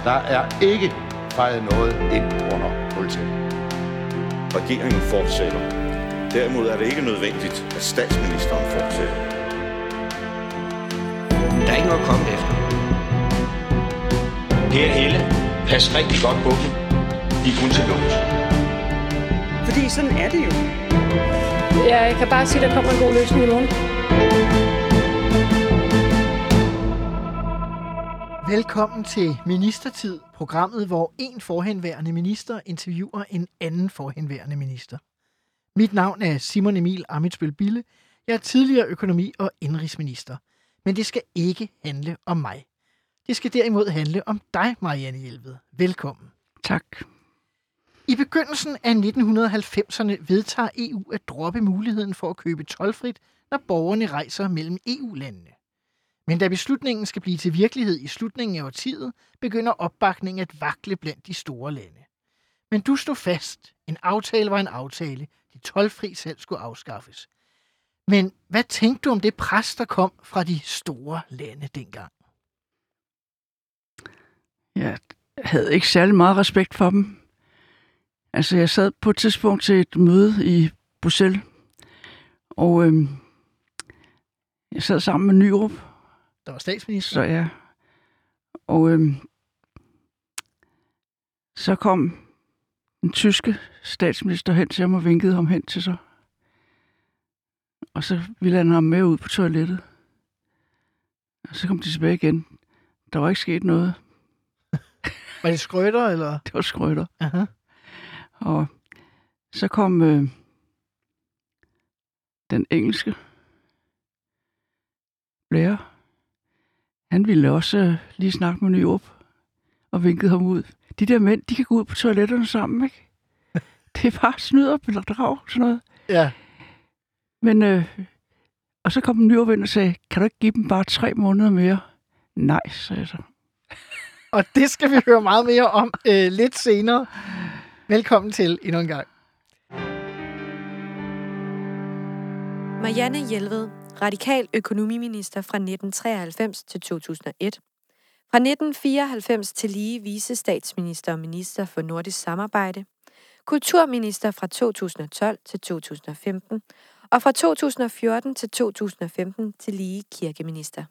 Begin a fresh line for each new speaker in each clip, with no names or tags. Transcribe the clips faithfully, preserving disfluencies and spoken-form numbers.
Der er ikke fejret noget ind under politiet.
Regeringen fortsætter. Derimod er det ikke nødvendigt, at statsministeren fortsætter.
Der er ikke noget at komme efter. Per Helle, pas rigtig godt på dem. De er kun til lås.
Fordi sådan er det jo.
Jeg kan bare sige, at der kommer en god løsning i morgen.
Velkommen til Ministertid, programmet, hvor en forhenværende minister interviewer en anden forhenværende minister. Mit navn er Simon Emil Ammitzbøll-Bille. Jeg er tidligere økonomi- og indrigsminister. Men det skal ikke handle om mig. Det skal derimod handle om dig, Marianne Jelved. Velkommen.
Tak.
I begyndelsen af nitten halvfemserne vedtager E U at droppe muligheden for at købe toldfrit, når borgerne rejser mellem E U-landene. Men da beslutningen skal blive til virkelighed i slutningen af årtiet, begynder opbakningen at vakle blandt de store lande. Men du stod fast. En aftale var en aftale. Det toldfri salg skulle afskaffes. Men hvad tænkte du om det pres, der kom fra de store lande dengang?
Jeg havde ikke særlig meget respekt for dem. Altså, jeg sad på et tidspunkt til et møde i Bruxelles, og øhm, jeg sad sammen med Nyrup.
Der var statsminister.
Så ja. Og øhm, så kom den tyske statsminister hen til ham og vinkede ham hen til sig. Og så ville han ham med ud på toilettet. Og så kom de tilbage igen. Der var ikke sket noget.
Var det Schröder, eller?
Det var Schröder.
Aha.
Og så kom øh, den engelske Blair. Han ville også øh, lige snakke med Nyrup og vinkede ham ud. De der mænd, de kan gå ud på toiletterne sammen, ikke? Det er bare snyd og bedrag, sådan noget.
Ja.
Men, øh, og så kom Nyrup ind og sagde, kan du ikke give dem bare tre måneder mere? Nej, sagde jeg så.
Og det skal vi høre meget mere om øh, lidt senere. Velkommen til endnu en gang.
Marianne Jelved, radikal økonomiminister fra nitten treoghalvfems til to tusind og et. Fra nitten fireoghalvfems til lige vicestatsminister og minister for nordisk samarbejde. Kulturminister fra to tusind og tolv til to tusind og femten. Og fra to tusind og fjorten til to tusind og femten til lige kirkeminister.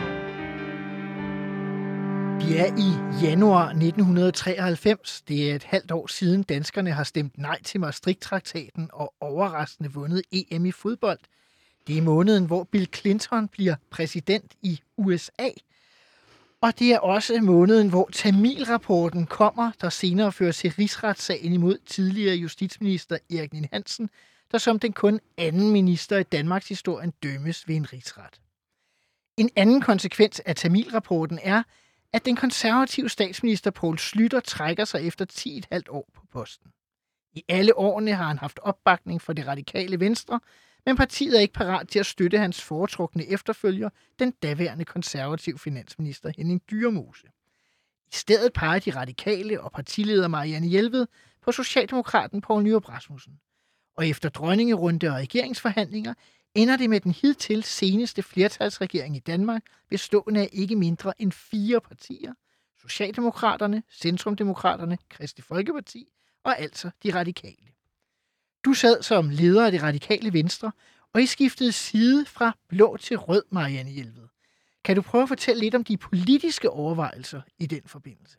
Vi er i januar nitten treoghalvfems. Det er et halvt år siden danskerne har stemt nej til Maastricht-traktaten og overraskende vundet E M i fodbold. Det er måneden, hvor Bill Clinton bliver præsident i U S A. Og det er også måneden, hvor Tamil-rapporten kommer, der senere fører til rigsretssagen imod tidligere justitsminister Erik Ninn-Hansen, der som den kun anden minister i Danmarks historien dømmes ved en rigsret. En anden konsekvens af Tamil-rapporten er, at den konservative statsminister Poul Schlüter trækker sig efter ti komma fem år på posten. I alle årene har han haft opbakning fra det radikale Venstre, men partiet er ikke parat til at støtte hans foretrukne efterfølger, den daværende konservative finansminister Henning Dyremose. I stedet peger de radikale og partileder Marianne Jelved på socialdemokraten Poul Nyrup Rasmussen. Og efter dronningerunde og regeringsforhandlinger ender det med den hidtil seneste flertalsregering i Danmark, bestående af ikke mindre end fire partier: Socialdemokraterne, Centrumdemokraterne, Kristelig Folkeparti og altså de radikale. Du sad som leder af det radikale Venstre, og I skiftede side fra blå til rød, Marianne Jelved. Kan du prøve at fortælle lidt om de politiske overvejelser i den forbindelse?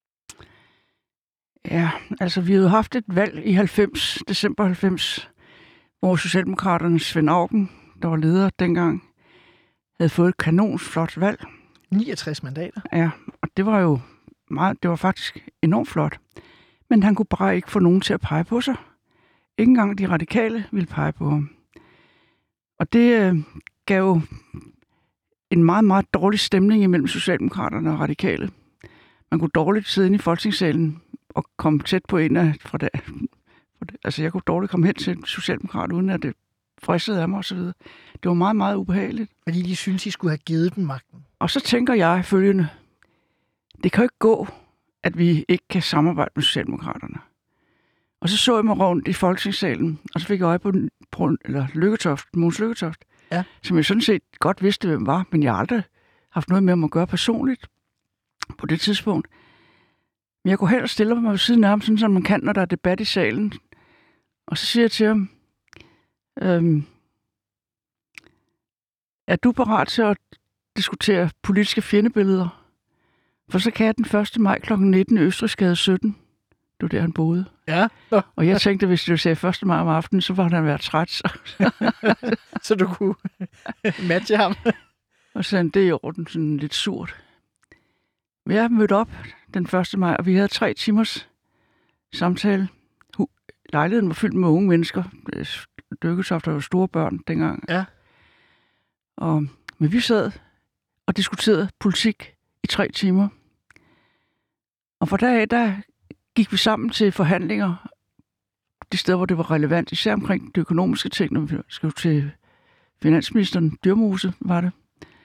Ja, altså vi havde haft et valg i halvfems, december halvfems, hvor Socialdemokraterne Svend Auken, der var leder dengang, havde fået et kanonsflot valg.
niogtres mandater.
Ja, og det var jo meget, det var faktisk enormt flot. Men han kunne bare ikke få nogen til at pege på sig. Ikke engang de radikale ville pege på ham. Og det øh, gav jo en meget, meget dårlig stemning imellem Socialdemokraterne og radikale. Man kunne dårligt sidde inde i Folketingssalen og komme tæt på en af fra det. Altså, jeg kunne dårligt komme hen til en socialdemokrat, uden at det fristede af mig osv. Det var meget, meget ubehageligt.
Fordi de synes, I skulle have givet dem magten.
Og så tænker jeg følgende: det kan jo ikke gå, at vi ikke kan samarbejde med Socialdemokraterne. Og så så jeg mig rundt i Folketingssalen, og så fik jeg øje på, på eller Lykketoft, Mogens Lykketoft,
ja.
Som jeg sådan set godt vidste, hvem var, men jeg har aldrig haft noget med ham at gøre personligt på det tidspunkt. Men jeg går hen og stiller mig ved siden af ham, sådan som man kan, når der er debat i salen. Og så siger jeg til ham, øhm, er du parat til at diskutere politiske fjendebilleder? For så kan jeg den første maj klokken nitten i Østrigsgade sytten. Det var der, han boede.
Ja.
Og jeg tænkte, hvis du sagde første maj om aftenen, så var han været træt. Så,
så du kunne matche ham.
Og så det er i orden, sådan lidt surt. Men jeg mødte op den første maj, og vi havde tre timers samtale. Lejligheden var fyldt med unge mennesker. Lykketoft, der var store børn dengang.
Ja.
Og, men vi sad og diskuterede politik i tre timer. Og fra dag af, der gik vi sammen til forhandlinger de steder, hvor det var relevant, især omkring de økonomiske ting, når vi skulle til finansministeren, Dyrmose var det.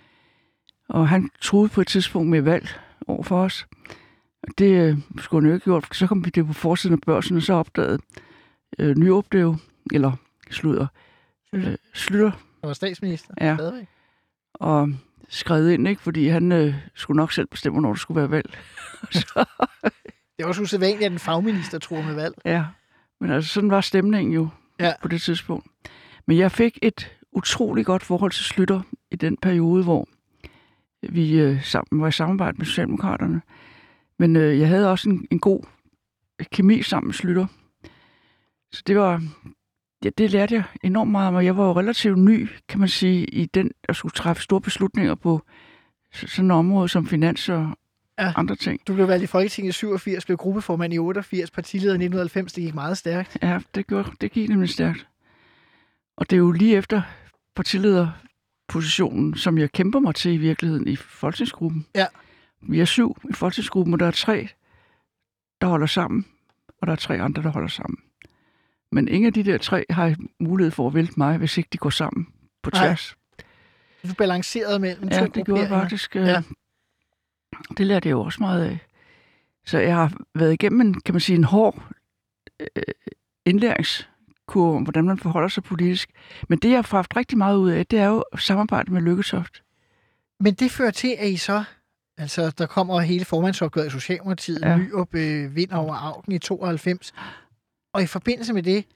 Og han troede på et tidspunkt med valg over for os. Det øh, skulle han jo ikke gjort, for så kom vi det på forsiden af Børsen, og så opdagede øh, Nyrup det jo, eller slutter, øh, slutter.
Han var statsminister.
Ja.
Stadigvæk.
Og skrevet ind, ikke, fordi han øh, skulle nok selv bestemme, når der skulle være valg. så,
det var også usædvanligt, at en fagminister tror med valg.
Ja, men altså sådan var stemningen jo
ja.
på det tidspunkt. Men jeg fik et utroligt godt forhold til Schlüter i den periode, hvor vi øh, sammen, var i samarbejde med Socialdemokraterne. Men øh, jeg havde også en, en god kemi sammen med Schlüter. Så det var, ja, det lærte jeg enormt meget om, og jeg var jo relativt ny, kan man sige, i den, at skulle træffe store beslutninger på sådan et område som finans og ja. andre ting.
Du blev valgt i Folketinget i syvogfirs, blev gruppeformand i otteogfirs, partileder i nitten halvfems, det gik meget stærkt.
Ja, det, gjorde, det gik nemlig stærkt. Og det er jo lige efter partilederpositionen, som jeg kæmper mig til i virkeligheden i folketingsgruppen.
Ja.
Vi er syv i folketingsgruppen, og der er tre, der holder sammen, og der er tre andre, der holder sammen. Men ingen af de der tre har mulighed for at vælte mig, hvis ikke de går sammen på tværs.
Nej. Du balancerede mellem
ja,
to
det gjorde jeg faktisk.
Ja.
Det lærte jeg jo også meget af. Så jeg har været igennem en, kan man sige, en hård øh, indlæringskurve om, hvordan man forholder sig politisk. Men det, jeg har haft rigtig meget ud af, det er jo samarbejde med Lykketoft.
Men det fører til, at I så, altså der kommer hele formandsopgøret i Socialdemokratiet, ja. Nyrup øh, vinder over Auken i tooghalvfems, og i forbindelse med det,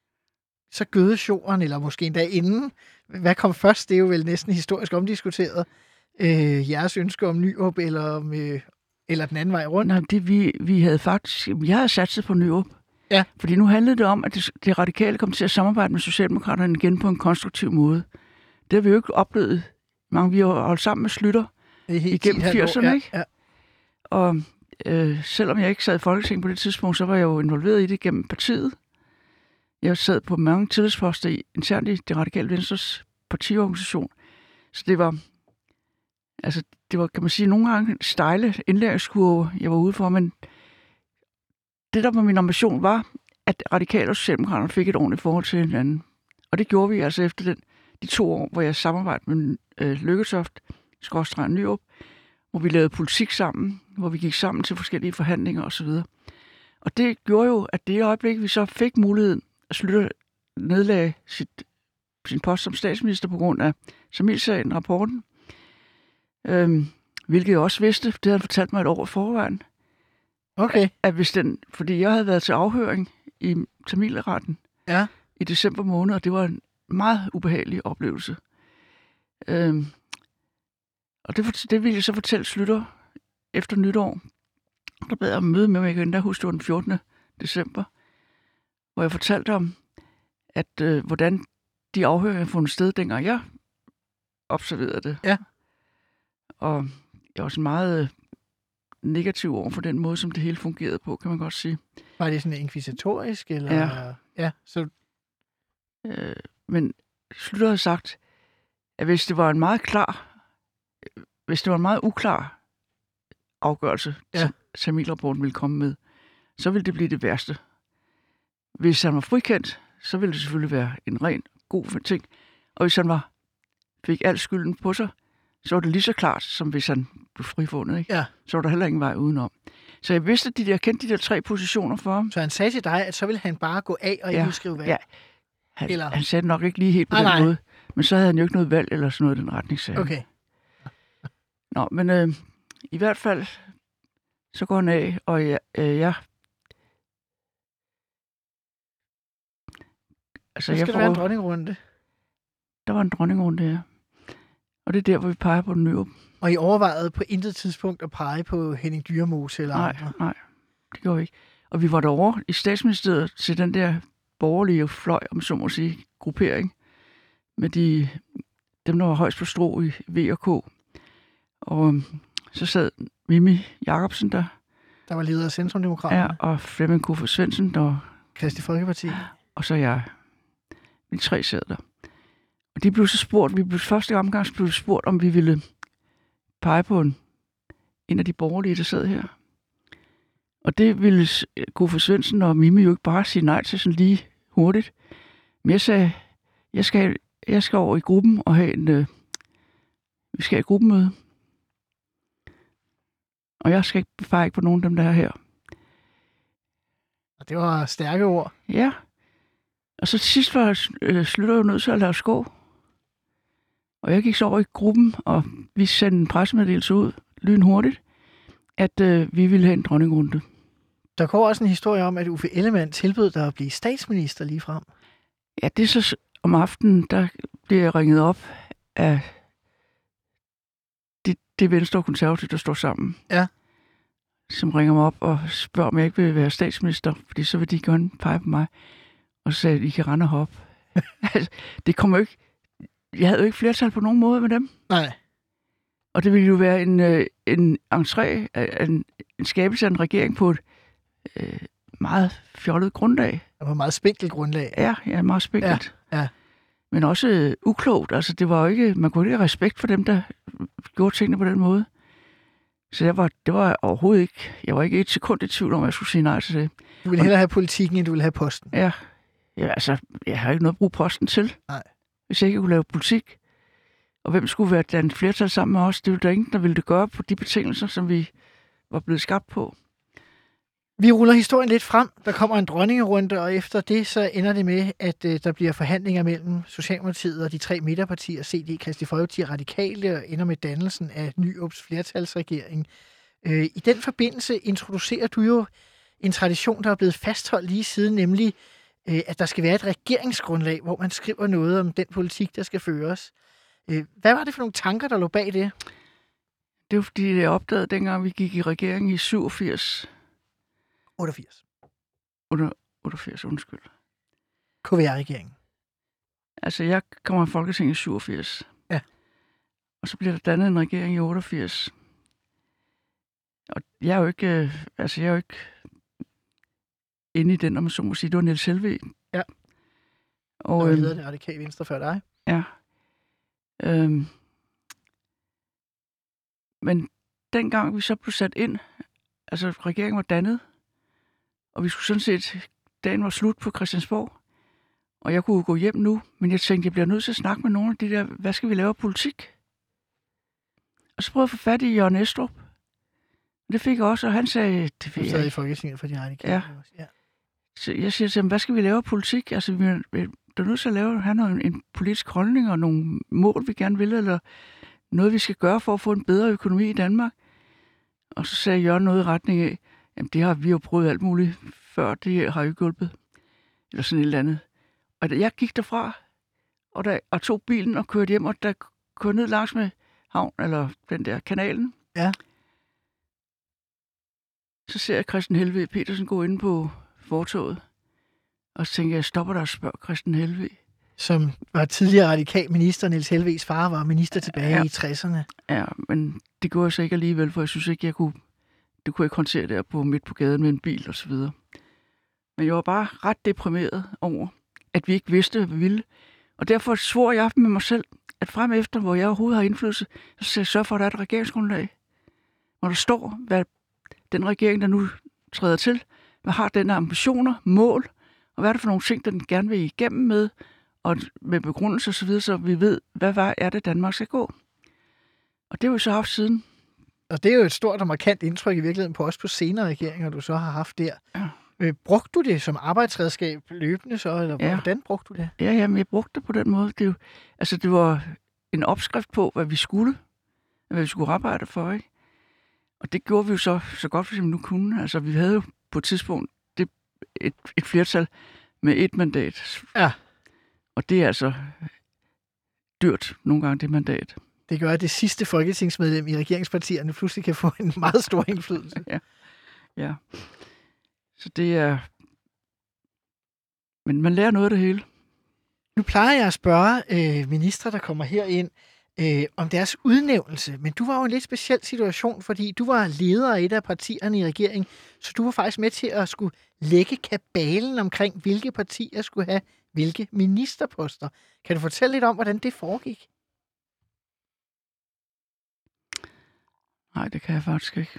så gødes jorden, eller måske endda inden. Hvad kom først? Det er jo vel næsten historisk omdiskuteret. Øh, jeres ønske om Nyrup, eller, om, øh, eller den anden vej rundt?
Nej, det vi, vi havde faktisk... Jeg havde satset på Nyrup.
Ja.
Fordi nu handlede det om, at det, det radikale kom til at samarbejde med Socialdemokraterne igen på en konstruktiv måde. Det har vi jo ikke oplevet. Mange, vi har holdt sammen med Schlüter igennem firserne,
ja,
ikke?
Ja.
Og øh, selvom jeg ikke sad i Folketinget på det tidspunkt, så var jeg jo involveret i det gennem partiet. Jeg sad på mange tillidsposter i, internt i det radikale Venstres partiorganisation. Så det var, altså, det var, kan man sige, nogle gange stejle indlæringskurve, jeg var ude for, men det, der var min ambition, var, at radikale og socialdemokraterne fik et ordentligt forhold til hinanden. Og det gjorde vi altså efter den, de to år, hvor jeg samarbejdede med øh, Lykketoft, skråstreg Nyrup, hvor vi lavede politik sammen, hvor vi gik sammen til forskellige forhandlinger osv. Og det gjorde jo, at det øjeblik, vi så fik muligheden at Schlüter nedlagde sit, sin post som statsminister på grund af Samilsagen, rapporten, øhm, hvilket jeg også vidste, det havde han fortalt mig et år i forvejen.
Okay.
At hvis den, fordi jeg havde været til afhøring i Tamilretten
ja.
i december måned, og det var en meget ubehagelig oplevelse. Øhm, og det, det ville jeg så fortælle Schlüter efter nytår. Der bad jeg om møde med mig igen, der huske det var den fjortende december, hvor jeg fortalte om, at øh, hvordan de afhøringer havde fundet sted, dengang jeg observerede det.
Ja.
Og jeg var så meget øh, negativ over for den måde, som det hele fungerede på, kan man godt sige.
Var det sådan inkvisitorisk? Eller?
Ja.
Ja, så...
Øh, men Schlüter havde sagt, at hvis det var en meget klar, hvis det var en meget uklar afgørelse, ja. som Tamilrapporten ville komme med, så ville det blive det værste. Hvis han var frikendt, så ville det selvfølgelig være en ren, god ting. Og hvis han var, fik al skylden på sig, så var det lige så klart, som hvis han blev frifundet. Ikke?
Ja.
Så var der heller ingen vej udenom. Så jeg vidste, at de der, kendte de der tre positioner for ham.
Så han sagde til dig, at så ville han bare gå af og ikke
ja.
udskrive valg?
Ja. Han,
eller?
han sagde det nok ikke lige helt på
ah,
den
nej.
måde. Men så havde han jo ikke noget valg eller sådan noget i den retning, sagde
okay.
Nå, men øh, i hvert fald, Så går han af, og jeg... Øh, jeg altså,
Så skal
jeg
der
får,
være en dronningerunde.
Der var en dronningerunde, ja. Og det er der, hvor vi peger på den nye.
Og I overvejede på intet tidspunkt at pege på Henning Dyremose eller
nej,
andre?
Nej, det gjorde vi ikke. Og vi var derovre i statsministeriet til den der borgerlige fløj, om så må sige, gruppering, med de, dem, der var højst på strå i V og K. Og så sad Mimi Jacobsen der.
Der var leder af Centrumdemokraterne.
Ja, og Flemming Kofod Svendsen, der
Kristi Folkeparti.
Og så jeg. Vi tre sad der. Og de blev så spurgt, vi blev første omgang blev spurgt, om vi ville pege på en, en af de borgerlige, der sad her. Og det ville Kofod Svendsen og Mimi jo ikke bare sige nej til sådan lige hurtigt. Men jeg sagde, jeg skal, jeg skal over i gruppen og have en, øh, vi skal have et gruppemøde. Og jeg skal ikke pege på nogen af dem, der er her.
Og det var stærke ord.
Ja. Og så til sidst var øh, Slytter jo nødt til at lave skov. Og jeg gik så over i gruppen, og vi sendte en pressemeddelelse ud lynhurtigt, at øh, vi ville have en dronningerunde.
Der går også en historie om, at Uffe Ellemann tilbød dig at blive statsminister lige frem.
Ja, det er så om aftenen, der bliver jeg ringet op af det, det Venstre og Konservative, der står sammen.
Ja.
Som ringer mig op og spørger, om jeg ikke vil være statsminister, fordi så vil de gerne pege på mig. Og så sagde jeg, I kan rende og hoppe. Altså, det kommer jo ikke... Jeg havde jo ikke flertal på nogen måde med dem.
Nej.
Og det ville jo være en, en entré, en, en skabelse af en regering på et øh, meget fjollet grundlag.
Det var et meget spinkelt grundlag.
Ja, ja, meget spinkelt.
Ja, ja.
Men også øh, uklogt. Altså, det var jo ikke... Man kunne ikke have respekt for dem, der gjorde tingene på den måde. Så jeg var, det var overhovedet ikke... Jeg var ikke et sekund i tvivl om, at jeg skulle sige nej til det.
Du ville hellere have politikken, end du ville have posten.
Ja. Ja, altså, jeg har ikke noget at bruge posten til.
Nej.
Hvis jeg ikke kunne lave politik. Og hvem skulle være den flertal sammen med os? Det var der ingen, der ville det gøre på de betingelser, som vi var blevet skabt på.
Vi ruller historien lidt frem. Der kommer en dronningerunde, og efter det så ender det med, at øh, der bliver forhandlinger mellem Socialdemokratiet og de tre midterpartier, C D, Kristi Folkeparti og Radikale, og ender med dannelsen af Nyrups flertalsregering. Øh, I den forbindelse introducerer du jo en tradition, der er blevet fastholdt lige siden, nemlig øh, at der skal være et regeringsgrundlag, hvor man skriver noget om den politik, der skal føres. Øh, hvad var det for nogle tanker, der lå bag det?
Det var fordi, jeg opdagede, dengang vi gik i regeringen i syvogfirs.
otteogfirs.
otteogfirs, undskyld.
K V R-regeringen.
Altså, jeg kommer i Folketinget i syvogfirs.
Ja.
Og så bliver der dannet en regering i otteogfirs. Og jeg er jo ikke, øh, altså jeg er jo ikke inde i den, om man så må sige. Det var Niels Helveg.
Ja.
Og,
og
øhm,
leder det Radikale Venstre før dig.
Ja. Øhm, men dengang vi så blev sat ind, altså regeringen var dannet, og vi skulle sådan set, dagen var slut på Christiansborg, og jeg kunne gå hjem nu, men jeg tænkte, jeg bliver nødt til at snakke med nogle af de der, hvad skal vi lave af politik? Og så prøvede jeg at få fat i Jørgen Estrup. Det fik jeg også, og han sagde, det ved
jeg
jeg
i Folketinget for de radikale.
Ja. ja. Så jeg siger til ham, hvad skal vi lave af politik? Altså, vi er nødt til at lave, han har en, en politisk holdning og nogle mål, vi gerne vil, eller noget, vi skal gøre for at få en bedre økonomi i Danmark. Og så sagde Jørgen noget i retning af, jamen det har vi jo prøvet alt muligt før, det har jo ikke hjulpet. Eller sådan et eller andet. Og da jeg gik derfra, og, der, og tog bilen og kørte hjem, og der kørte ned langs med havn, eller den der kanalen.
Ja.
Så ser jeg Christian Helveg Petersen gå ind på fortoget, og så tænker jeg, jeg stopper der og spørger Christian Helveg.
Som var tidligere radikal minister, Niels Helvegs far var minister tilbage
ja.
i tresserne.
Ja, men det gjorde jeg så ikke alligevel, for jeg synes ikke, jeg kunne, det kunne jeg ikke håndtere der på midt på gaden med en bil og så videre. Men jeg var bare ret deprimeret over, at vi ikke vidste, hvad vi ville. Og derfor svor jeg med mig selv, at frem efter, hvor jeg overhovedet har indflydelse, så skal jeg sørge for, at der er et regeringsgrundlag, hvor der står, hvad den regering, der nu træder til, hvad har den ambitioner, mål, og hvad er det for nogle ting, den gerne vil igennem med, og med begrundelse og så videre, så vi ved, hvad vej er det, Danmark skal gå. Og det har vi så haft siden.
Og det er jo et stort og markant indtryk i virkeligheden på os på senere regeringer, du så har haft der.
Ja.
Øh, brugte du det som arbejdsredskab løbende så, eller
ja.
hvordan brugte du det?
Ja, jamen, jeg brugte det på den måde. Det, er jo, altså, det var en opskrift på, hvad vi skulle, hvad vi skulle arbejde for, ikke? Og det gjorde vi jo så, så godt, som vi nu kunne. Altså, vi havde jo på et tidspunkt det, et, et flertal med et mandat.
Ja.
Og det er altså dyrt nogle gange, det mandat.
Det gør, at det sidste folketingsmedlem i regeringspartierne pludselig kan få en meget stor indflydelse.
Ja. Ja. Så det er... Men man lærer noget af det hele.
Nu plejer jeg at spørge øh, ministre, der kommer herind, øh, om deres udnævnelse. Men du var jo en lidt speciel situation, fordi du var leder af et af partierne i regeringen, så du var faktisk med til at skulle lægge kabalen omkring, hvilke partier skulle have hvilke ministerposter. Kan du fortælle lidt om, hvordan det foregik?
Nej, det kan jeg faktisk ikke.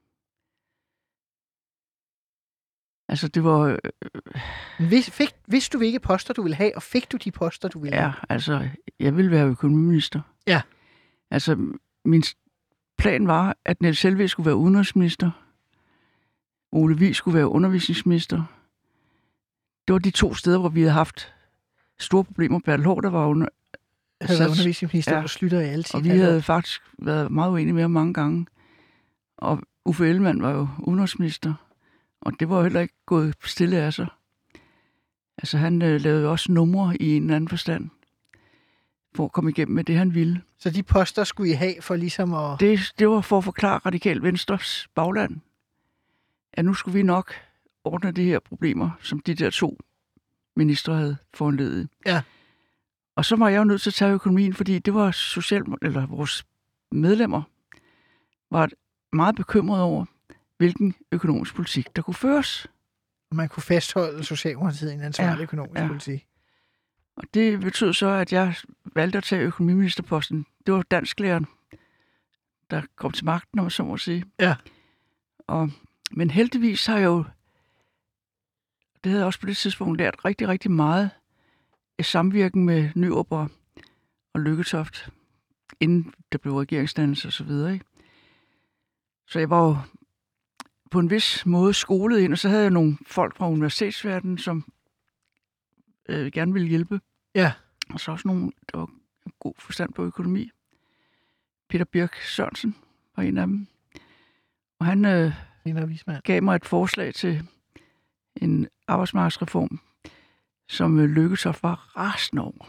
Altså, det var... Øh...
Vis, fik, vidste du, hvilke poster du ville have, og fik du de poster, du ville have?
Ja, altså, jeg ville være økonomiminister.
Ja.
Altså, min plan var, at Niels Helveg skulle være udenrigsminister. Ole Vig skulle være undervisningsminister. Det var de to steder, hvor vi havde haft store problemer. Bertel Haarder var under...
havde været undervisningsminister, ja. Og Slytter i alle
Og vi havde år. faktisk været meget uenige med ham mange gange. Og Uffe Ellemann var jo udenrigsminister. Og det var jo heller ikke gået stille af sig. Altså, han øh, lavede jo også numre i en eller anden forstand, for at komme igennem med det, han ville.
Så de poster skulle I have for ligesom at...
Det, det var for at forklare Radikal Venstres bagland, at nu skulle vi nok ordne de her problemer, som de der to ministre havde foranledet.
Ja.
Og så var jeg jo nødt til at tage økonomien, fordi det var social, eller vores medlemmer var meget bekymrede over, hvilken økonomisk politik, der kunne føres.
Man kunne fastholde Socialdemokratiet i en ansvarlig ja, økonomisk ja. politik.
Og det betød så, at jeg valgte at tage økonomiministerposten. Det var dansklæreren, der kom til magten, om man så må sige.
Ja.
Og, men heldigvis har jeg jo, det havde jeg også på det tidspunkt, lært rigtig, rigtig meget af samvirken med Nyrup og, og Lykketoft, inden der blev regeringsdannelse og så videre, ikke? Så jeg var jo på en vis måde skolet ind, og så havde jeg nogle folk fra universitetsverdenen, som øh, gerne ville hjælpe.
Ja.
Og så også nogle, der var god forstand på økonomi. Peter Birk Sørensen var en af dem. Og han øh, gav mig et forslag til en arbejdsmarkedsreform, som øh, Lykketoft var rasende over.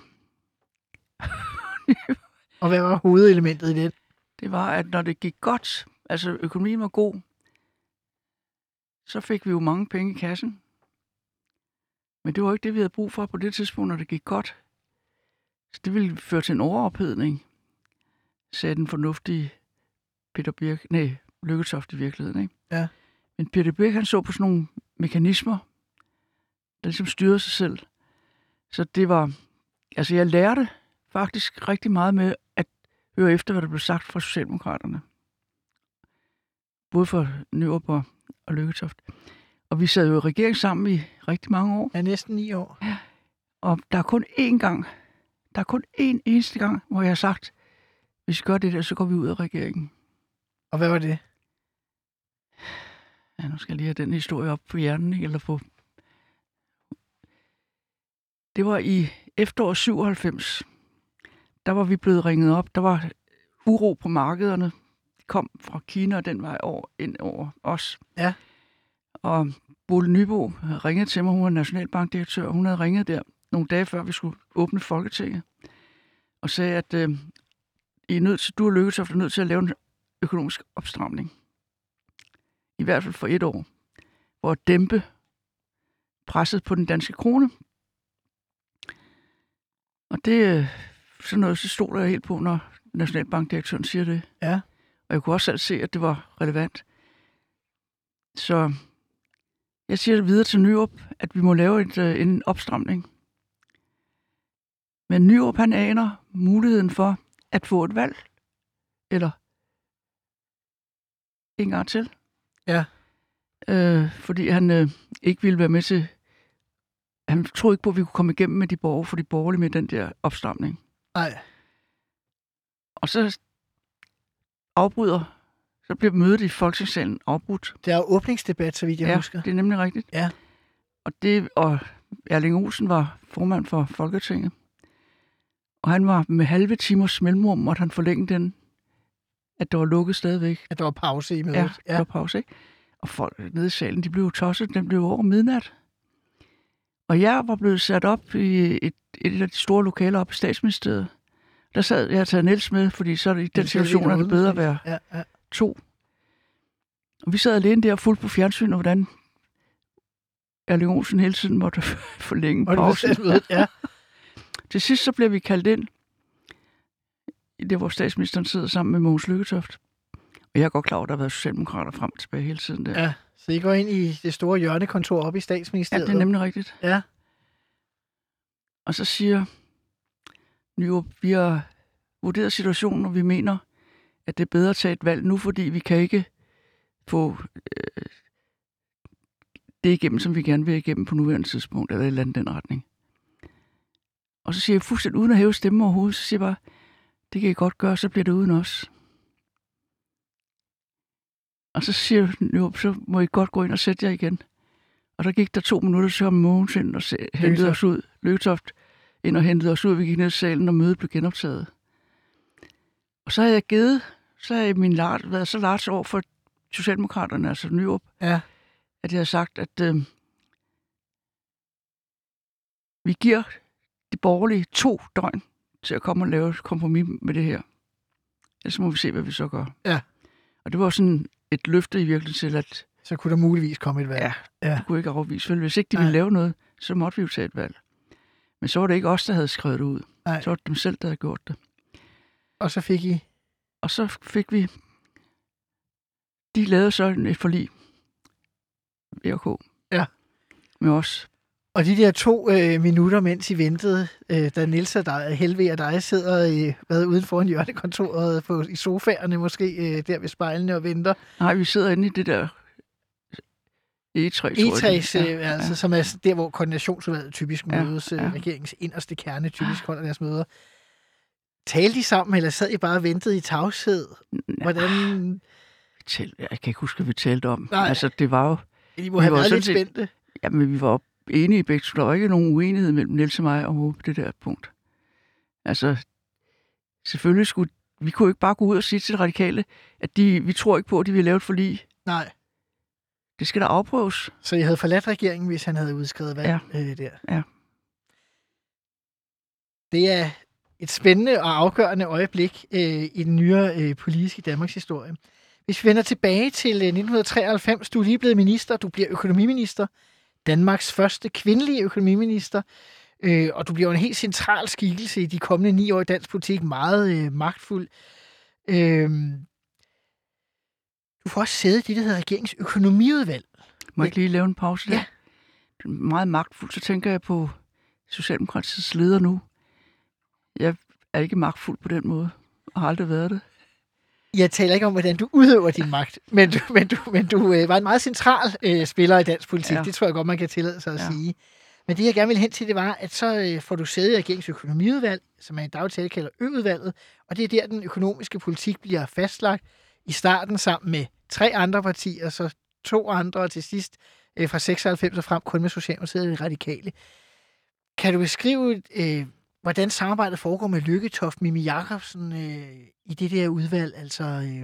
Og hvad var hovedelementet i det?
Det var, at når det gik godt, altså økonomien var god, så fik vi jo mange penge i kassen. Men det var ikke det, vi havde brug for på det tidspunkt, når det gik godt. Så det ville føre til en overophedning, sagde den fornuftige Peter Birk, nej, Lykketoft i virkeligheden, ikke?
Ja.
Men Peter Birk, han så på sådan nogle mekanismer, der ligesom styrede sig selv. Så det var, altså jeg lærte faktisk rigtig meget med at høre efter, hvad der blev sagt fra Socialdemokraterne. Både fra Nyrup og, og Lykketoft. Og vi sad jo i regering sammen i rigtig mange år.
Ja, næsten ni år.
Ja. Og der er kun én gang, der er kun én eneste gang, hvor jeg har sagt, hvis vi gør det der, så går vi ud af regeringen.
Og hvad var det?
Ja, nu skal jeg lige have den historie op på hjernen, ikke? Eller på... Det var i efteråret syvoghalvfems. Der var vi blevet ringet op. Der var uro på markederne. De kom fra Kina og den vej over, ind over os.
Ja.
Og Bole Nybo havde ringet til mig. Hun var nationalbankdirektør. Hun havde ringet der nogle dage før, vi skulle åbne Folketinget. Og sagde, at øh, I er nødt til, du og Lykketoft er nødt til at lave en økonomisk opstramning. I hvert fald for et år. For at dæmpe presset på den danske krone. Og det sådan noget, så stod der helt på, når nationalbankdirektøren siger det.
Ja.
Og jeg kunne også selv se, at det var relevant. Så jeg siger det videre til Nyrup, at vi må lave et, en opstramning. Men Nyrup, han aner muligheden for at få et valg. Eller en gang til.
Ja.
Øh, fordi han øh, ikke ville være med til... Han troede ikke på, at vi kunne komme igennem med de borgere, for de borgerlige med den der opstramning.
Nej.
Og så afbryder, så bliver mødet i Folketingssalen afbrudt.
Det er åbningsdebat, så vidt jeg
ja,
husker.
Ja, det er nemlig rigtigt.
Ja.
Og, det, og Erling Olsen var formand for Folketinget. Og han var med halve timers mellemrum, måtte han forlænge den at der var lukket stadigvæk.
At der var pause i mødet.
Ja, der var pause, ikke? Og folk nede i salen, de blev jo tosset. Den blev over midnat. Og jeg var blevet sat op i et, et af de store lokaler op i Statsministeriet. Der sad jeg og taget Niels med, fordi så i den situation er det bedre at være
ja, ja.
to. Og vi sad alene der fuldt på fjernsyn, og hvordan Erling Olsen hele tiden måtte forlænge pausen.
Ja.
Til sidst så bliver vi kaldt ind. Det hvor statsministeren sidder sammen med Mogens Lykketoft. Og jeg er godt klar over, at der har været socialdemokrater frem og tilbage hele tiden der.
Ja, så I går ind i det store hjørnekontor oppe i Statsministeriet.
Ja, det er nemlig rigtigt.
Ja.
Og så siger Nyrup, vi har vurderet situationen, og vi mener, at det er bedre at tage et valg nu, fordi vi kan ikke få øh, det igennem, som vi gerne vil igennem på nuværende tidspunkt, eller et eller andet den retning. Og så siger jeg fuldstændig uden at hæve stemmen overhovedet, så siger jeg bare, det kan I godt gøre, så bliver det uden os. Og så siger jeg, så må I godt gå ind og sætte jer igen. Og der gik der to minutter, så kom Mogens ind og hentede os ud. Lykketoft ind og hentede os ud. Vi gik ned i salen, og mødet blev genoptaget. Og så havde jeg givet, så havde min lart været så larts over for Socialdemokraterne, altså Nyrup,
ja.
at jeg havde sagt, at øh, vi giver de borgerlige to døgn til at komme og lave et kompromis med det her. Ellers må vi se, hvad vi så gør.
Ja.
Og det var sådan et løfte i virkeligheden til, at
så kunne der muligvis komme et valg.
Ja,
ja.
det kunne ikke afvise. Vel, hvis ikke de ville lave noget, så måtte vi jo tage et valg. Men så var det ikke os, der havde skrevet det ud.
Nej.
Så var det dem selv, der havde gjort det.
Og så fik I?
Og så fik vi... De lavede så et forlig. V og K.
Ja.
Med os.
Og de der to øh, minutter, mens I ventede, øh, da Niels og dig, Helve og dig sidder i, hvad, uden foran hjørnekontoret på, i sofaerne måske, øh, der ved spejlene og venter.
Nej, vi sidder inde i det der E tre,
E tre, ja,
ja,
altså,
ja.
som er der, hvor koordinationsudvalget typisk
ja,
mødes,
ja.
regeringens inderste kerne typisk holder deres møder. Talte de sammen, eller sad I bare og ventede i tavshed? Hvordan...
Jeg kan ikke huske, hvad vi talte om.
Nej.
Altså, det var jo...
I må have været lidt spændte.
Jamen, vi var enige i begge. Der var ikke nogen uenighed mellem Niels og mig om det der punkt. Altså, selvfølgelig skulle... Vi kunne ikke bare gå ud og sige til de radikale, at de, vi tror ikke på, at de vil lave et forlig.
Nej.
Det skal der afprøves.
Så I havde forladt regeringen, hvis han havde udskrevet valg
ja.
øh, der?
Ja.
Det er et spændende og afgørende øjeblik øh, i den nyere øh, politiske Danmarks historie. Hvis vi vender tilbage til øh, nitten treoghalvfems, du er lige blevet minister, du bliver økonomiminister, Danmarks første kvindelige økonomiminister, øh, og du bliver en helt central skikkelse i de kommende ni år i dansk politik, meget øh, magtfuld. Øh, du får også sæde i det, der hedder regeringens økonomiudvalg.
Må jeg ikke lige lave en pause der?
Ja.
Meget magtfuld, så tænker jeg på Socialdemokratiets leder nu. Jeg er ikke magtfuld på den måde, og har aldrig været det.
Jeg taler ikke om, hvordan du udøver din magt, men du, men du, men du øh, var en meget central øh, spiller i dansk politik. Ja. Det tror jeg godt, man kan tillade sig at ja. sige. Men det, jeg gerne vil hen til, det var, at så øh, får du sæde i regeringens økonomiudvalg, som man i dagtale kalder Ø-udvalget, og det er der, den økonomiske politik bliver fastlagt i starten sammen med tre andre partier, så to andre, og til sidst øh, fra seksoghalvfems og frem kun med Socialdemokratiet og Radikale. Kan du beskrive... Øh, hvordan samarbejdet foregår med Lykketoft, Mimi Jakobsen øh, i det der udvalg? Altså, øh...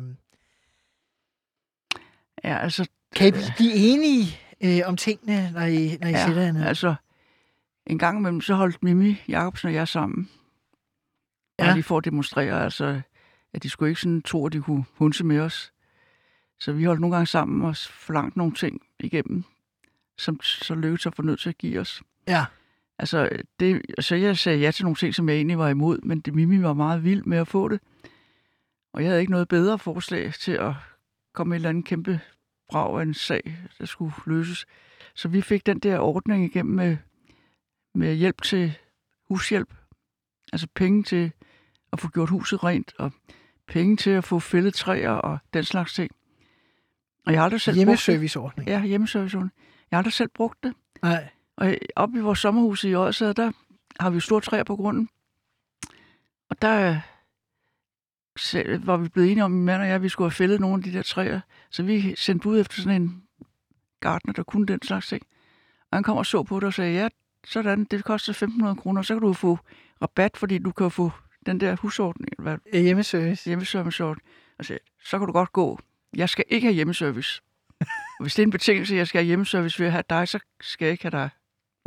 ja, altså,
kan I blive enige øh, om tingene, når I, når I
ja,
sætter jer ned?
Altså, en gang imellem, så holdt Mimi Jakobsen og jeg sammen. Ja. Og de får at demonstrere, altså, at de skulle ikke sådan tro, at de kunne hunse med os. Så vi holdt nogle gange sammen og forlangte nogle ting igennem, som så Lykketoft var nødt til at give os.
Ja.
Altså, det, så jeg sagde ja til nogle ting, som jeg egentlig var imod, men det, Mimi var meget vild med at få det. Og jeg havde ikke noget bedre forslag til at komme med et eller andet kæmpe brag af en sag, der skulle løses. Så vi fik den der ordning igennem med, med hjælp til hushjælp. Altså penge til at få gjort huset rent, og penge til at få fældet træer og den slags ting. Og jeg har aldrig selv
hjemmeserviceordning.
Ja, hjemmeserviceordning. Jeg har aldrig selv brugt det.
Nej.
Og oppe i vores sommerhus i Odsherred, der har vi jo store træer på grunden. Og der var vi blevet enige om, min mand og jeg, at vi skulle have fældet nogle af de der træer. Så vi sendte bud efter sådan en gartner, der kunne den slags ting. Og han kom og så på det og sagde, ja, sådan, det koster femten hundrede kroner, så kan du få rabat, fordi du kan få den der husordning.
Hjemmeservice.
Hjemmeserviceordning. og sagde, så kan du godt gå. Jeg skal ikke have hjemmeservice. Og hvis det er en betingelse, at jeg skal have hjemmeservice, vil jeg have dig, så skal jeg ikke have dig.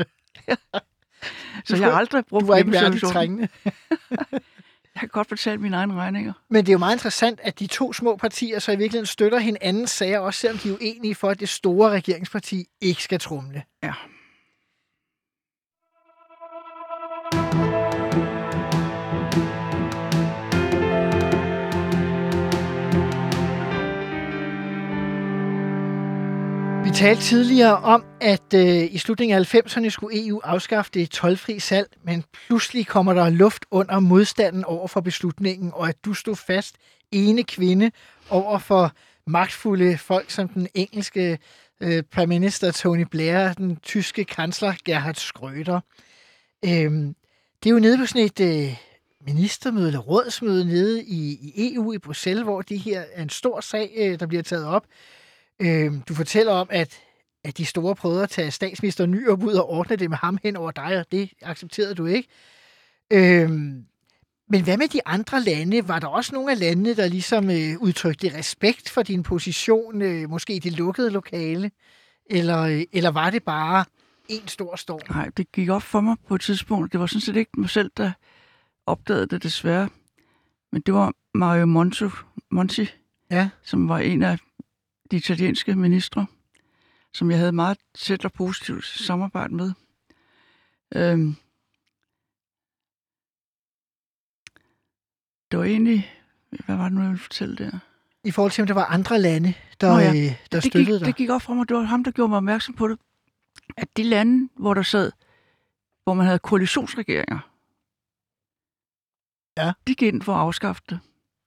Så jeg har aldrig brugt hjemmeservice.
Du var ikke værdigt trængende.
Jeg kan godt betale mine egne regninger.
Men det er jo meget interessant, at de to små partier så i virkeligheden støtter hinandens sager, også selvom de er uenige for, at det store regeringsparti ikke skal trumle.
Ja.
Vi talte tidligere om, at øh, i slutningen af halvfemserne skulle E U afskaffe det toldfri salg, men pludselig kommer der luft under modstanden over for beslutningen, og at du stod fast ene kvinde over for magtfulde folk som den engelske øh, premierminister Tony Blair, den tyske kansler Gerhard Schröder. Øhm, det er jo nede på sådan et øh, ministermøde eller rådsmøde nede i, i E U i Bruxelles, hvor det her er en stor sag, øh, der bliver taget op. Du fortæller om, at, at de store prøvede at tage statsminister Nyrup ud og ordne det med ham hen over dig, og det accepterede du ikke. Øhm, men hvad med de andre lande? Var der også nogle af landene, der ligesom øh, udtrykte respekt for din position, øh, måske i det lukkede lokale? Eller, øh, eller var det bare en stor storm?
Nej, det gik op for mig på et tidspunkt. Det var sådan set ikke mig selv, der opdagede det desværre. Men det var Mario Monti, Monti
ja.
som var en af de italienske ministre, som jeg havde meget tæt og positivt samarbejde med. Øhm, det var egentlig... Hvad var det nu, jeg ville fortælle der?
I forhold til, om der var andre lande, der,
Nå ja.
øh, der
det
støttede
gik,
dig?
Det gik op for mig. Det var ham, der gjorde mig opmærksom på det. At de lande, hvor der sad, hvor man havde koalitionsregeringer,
ja.
de gik ind for at afskaffe det.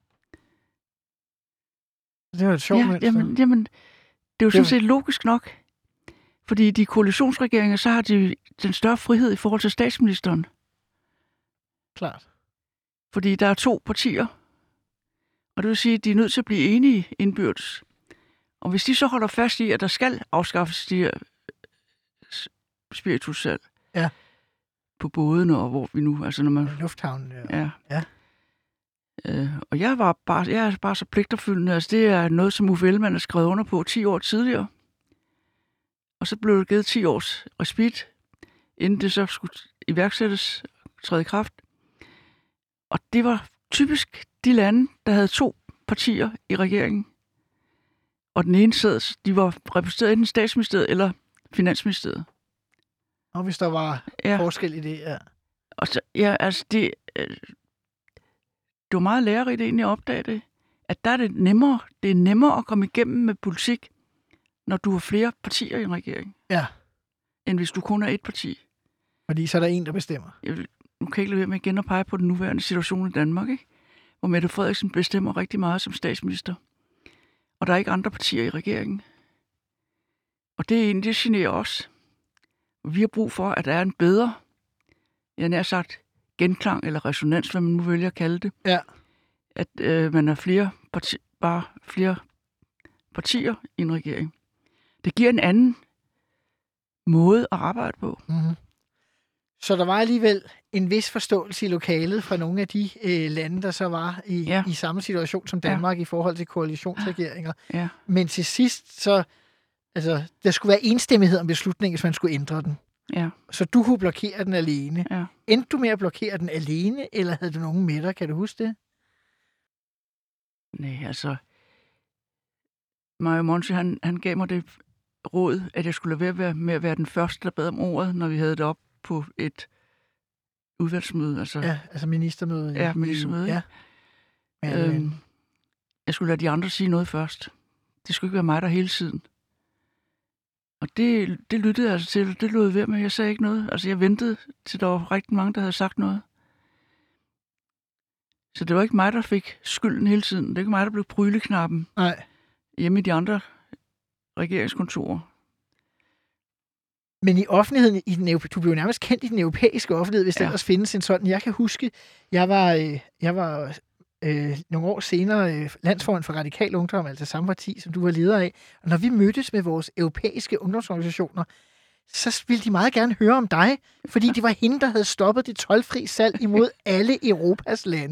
Det var et sjovt
ja,
mønster.
Jamen, jamen, det er jo sådan set logisk nok. Fordi de koalitionsregeringer, så har de den større frihed i forhold til statsministeren.
Klart.
Fordi der er to partier. Og det vil sige, at de er nødt til at blive enige indbyrdes. Og hvis de så holder fast i, at der skal afskaffes de her spiritussalg
ja.
på bådene, og hvor vi nu... altså når man
lufthavnen.
Ja.
ja. ja.
Øh, og jeg var bare, jeg er bare så pligtopfyldende. Altså, det er noget, som Uffe Ellemann har skrevet under på ti år tidligere. Og så blev det givet ti års respit, inden det så skulle iværksættes, træde i kraft. Og det var typisk de lande, der havde to partier i regeringen. Og den ene sad, de var repræsenteret enten statsministeriet eller finansministeriet.
Og hvis der var ja. forskel i det, ja.
Og så, ja, altså det... Øh, det var meget lærerigt egentlig at opdage det, at der er det nemmere, det er nemmere at komme igennem med politik, når du har flere partier i en regering.
Ja.
End hvis du kun er et parti.
Fordi så er der en, der bestemmer.
Jeg vil, nu kan jeg ikke lade være med igen at pege på den nuværende situation i Danmark, ikke? Hvor Mette Frederiksen bestemmer rigtig meget som statsminister. Og der er ikke andre partier i regeringen. Og det er egentlig, det generer os. Vi har brug for, at der er en bedre, jeg nær sagt, genklang eller resonans, hvad man nu vælger at kalde det.
Ja.
At øh, man er flere parti- bare flere partier i en regering. Det giver en anden måde at arbejde på.
Mm-hmm. Så der var alligevel en vis forståelse i lokalet fra nogle af de øh, lande, der så var i,
ja.
i samme situation som Danmark ja. i forhold til koalitionsregeringer.
Ja.
Men til sidst, så altså, der skulle være enstemmighed om beslutningen, hvis man skulle ændre den.
Ja.
Så du kunne blokere den alene.
Ja.
Endte du med at blokere den alene, eller havde du nogen med dig? Kan du huske det?
Nej, altså... Mario Monti, han, han gav mig det råd, at jeg skulle lade være med at være den første, der bad om ordet, når vi havde det op på et udvalgsmøde. Altså,
ja, altså ministermøde.
Ja, ministermøde.
Ja.
Ja, øhm, jeg skulle lade de andre sige noget først. Det skulle ikke være mig der hele tiden. Og det, det lyttede jeg altså til, og det lod jeg ved med. Jeg sagde ikke noget. Altså, jeg ventede, til der var rigtig mange, der havde sagt noget. Så det var ikke mig, der fik skylden hele tiden. Det var ikke mig, der blev bryleknappen.
Nej.
Hjemme i de andre regeringskontorer.
Men i offentligheden, i den, du blev nærmest kendt i den europæiske offentlighed, hvis ja. der ellers findes en sådan. Jeg kan huske, jeg var, øh, jeg var øh, nogle år senere øh, landsformand for Radikal Ungdom, altså samme parti, som du var leder af. Og når vi mødtes med vores europæiske ungdomsorganisationer, så ville de meget gerne høre om dig, fordi det var hende, der havde stoppet det toldfri salg imod alle Europas lande.
Ja.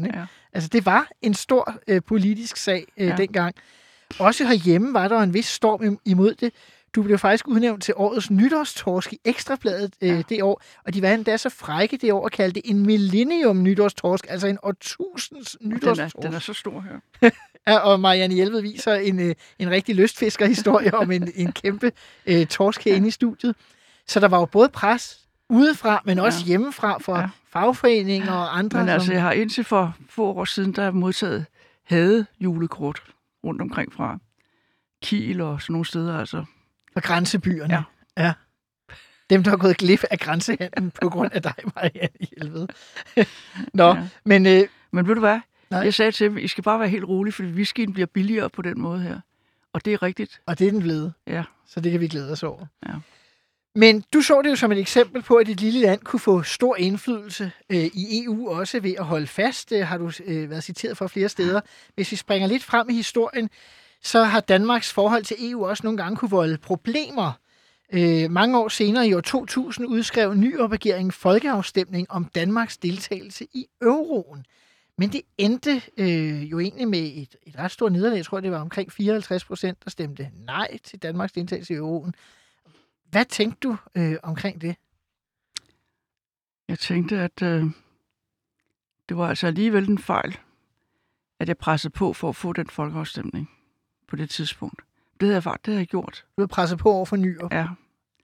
Altså, det var en stor øh, politisk sag øh,
Ja.
dengang. Også herhjemme var der en vis storm imod det. Du blev faktisk udnævnt til årets nytårstorsk i Ekstrabladet øh, ja. det år, og de var endda så frække det år og kaldte det en millennium nytårstorsk, altså en årtusindens nytårstorsk.
Den er, den er så stor her.
Ja, og Marianne Jelved viser en, øh, en rigtig lystfiskerhistorie om en, en kæmpe øh, torsk herinde i studiet. Så der var jo både pres udefra, men også ja. hjemmefra fra ja. fagforeninger og andre.
Men altså,
som...
jeg har indtil for få år siden, der har modtaget hade julekort rundt omkring fra Kiel og sådan nogle steder, altså.
Fra grænsebyerne.
Ja.
ja. Dem, der har gået glip af grænsehandlen på grund af dig, Marianne Jelved. Nå, ja. men... Øh...
Men ved du hvad?
Nej.
Jeg sagde til dem, I skal bare være helt rolige, fordi whiskyen bliver billigere på den måde her. Og det er rigtigt.
Og det er den blevet.
Ja.
Så det kan vi glæde os over.
Ja.
Men du så det jo som et eksempel på, at et lille land kunne få stor indflydelse øh, i E U, også ved at holde fast. Det har du øh, været citeret for flere steder. Hvis vi springer lidt frem i historien, så har Danmarks forhold til E U også nogle gange kunne volde problemer. Øh, mange år senere, i år to tusind, udskrev Nyrup-regeringen folkeafstemning om Danmarks deltagelse i euroen. Men det endte øh, jo egentlig med et, et ret stort nederlag. Jeg tror, det var omkring fireoghalvtreds procent, der stemte nej til Danmarks deltagelse i euroen. Hvad tænkte du øh, omkring det?
Jeg tænkte, at øh, det var altså alligevel en fejl, at jeg pressede på for at få den folkeafstemning på det tidspunkt. Det havde jeg faktisk det havde jeg gjort.
Du havde presset på over for Nyrup?
Ja.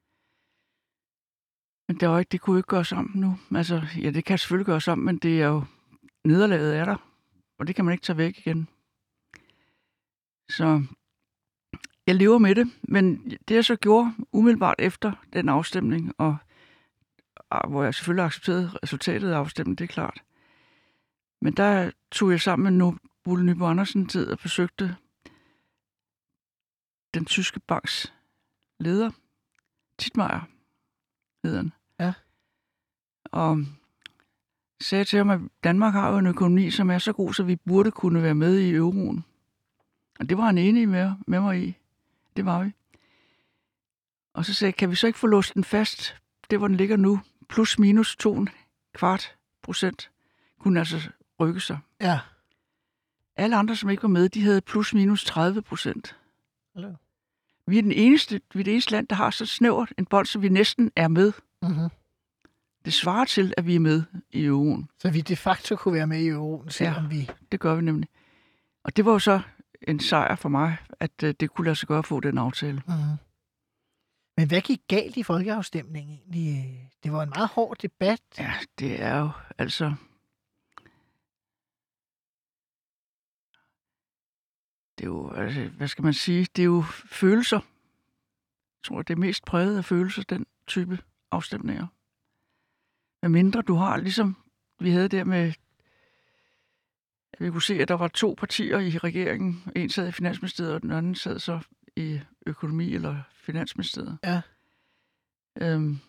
Men det, var ikke, det kunne ikke gøre sammen nu. Altså, ja, det kan selvfølgelig gøre sammen, men det er jo nederlaget er der, og det kan man ikke tage væk igen. Så jeg lever med det, men det jeg så gjorde umiddelbart efter den afstemning, og hvor jeg selvfølgelig accepterede resultatet af afstemningen, det er klart. Men der tog jeg sammen med Bulle Nyborg Andersen tid og besøgte den tyske banks leder, Titmeier, hedder han.
Ja.
Og sagde til ham, at Danmark har jo en økonomi, som er så god, så vi burde kunne være med i euroen. Og det var han enig med, med mig i. Det var vi. Og så sagde jeg, kan vi så ikke få låst den fast, det hvor den ligger nu, plus minus to kvart procent, kunne altså rykke sig.
Ja.
Alle andre, som ikke var med, de havde plus minus tredive procent.
Hello.
Vi er den eneste, vi er det eneste land, der har så snævert en bånd, så vi næsten er med.
Mm-hmm.
Det svarer til, at vi er med i euroen.
Så vi de facto kunne være med i euroen, selvom
ja,
vi...
det gør vi nemlig. Og det var jo så en sejr for mig, at uh, det kunne lade sig gøre at få den aftale.
Mm-hmm. Men hvad gik galt i folkeafstemningen egentlig? Det var en meget hård debat.
Ja, det er jo altså... Det er jo, altså, hvad skal man sige, det er jo følelser. Jeg tror, det er mest præget af følelser, den type afstemninger. Med mindre du har, ligesom vi havde der med, at vi kunne se, at der var to partier i regeringen. En sad i Finansministeriet, og den anden sad så i økonomi- eller Finansministeriet.
Ja.
Øhm,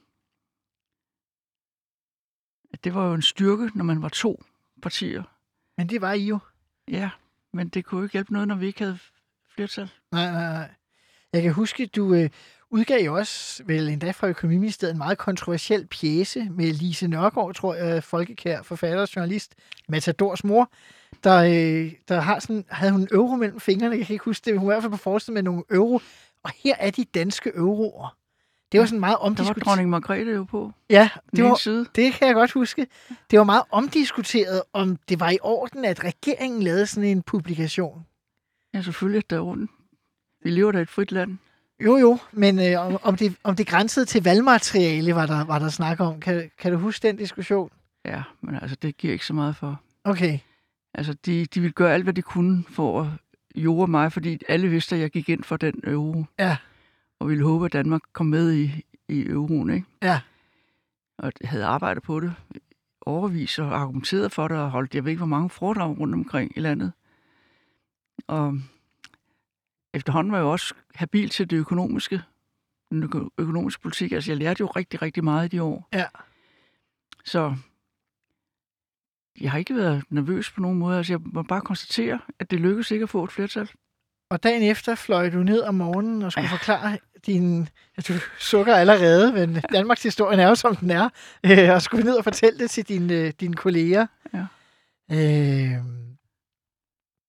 det var jo en styrke, når man var to partier.
Men det var I jo.
Ja, men det kunne jo ikke hjælpe noget, når vi ikke havde flertal.
Nej, nej, nej. Jeg kan huske, du øh, udgav jo også, vel endda fra Økonomiministeriet, en meget kontroversiel pjece med Lise Nørgaard, tror jeg, folkekær forfatter og journalist, Matadors mor, der, øh, der har sådan, havde hun en euro mellem fingrene, jeg kan ikke huske det, hun var i hvert fald på forsiden med nogle euro, og her er de danske euroer. Det var sådan meget omdiskuteret.
Der var dronning Margrethe jo på.
Ja, det, var,
side.
det kan jeg godt huske. Det var meget omdiskuteret, om det var i orden, at regeringen lavede sådan en publikation.
Ja, selvfølgelig, der er rundt. Vi lever da i et frit land.
Jo, jo, men øh, om, om, det, om det grænsede til valgmateriale, var der, var der snak om. Kan, kan du huske den diskussion?
Ja, men altså, det giver ikke så meget for.
Okay.
Altså, de, de ville gøre alt, hvad de kunne for at jorde mig, fordi alle vidste, at jeg gik ind for den euro.
Ja.
Og ville håbe, at Danmark kom med i, i euroen, ikke?
Ja.
Og jeg havde arbejdet på det overvis og argumenteret for det, og holdt, jeg ved ikke, hvor mange foredrag rundt omkring i landet. Og efterhånden var jeg også habil til det økonomiske, den øko- økonomiske politik. Altså, jeg lærte jo rigtig, rigtig meget i de år.
Ja.
Så jeg har ikke været nervøs på nogen måde. Altså, jeg må bare konstatere, at det lykkedes ikke at få et flertal.
Og dagen efter fløj du ned om morgenen og skulle ja. forklare din... Ja, du sukker allerede, men ja. Danmarks historien er jo, som den er. Øh, og skulle ned og fortælle det til dine, dine kolleger.
Ja.
Øh,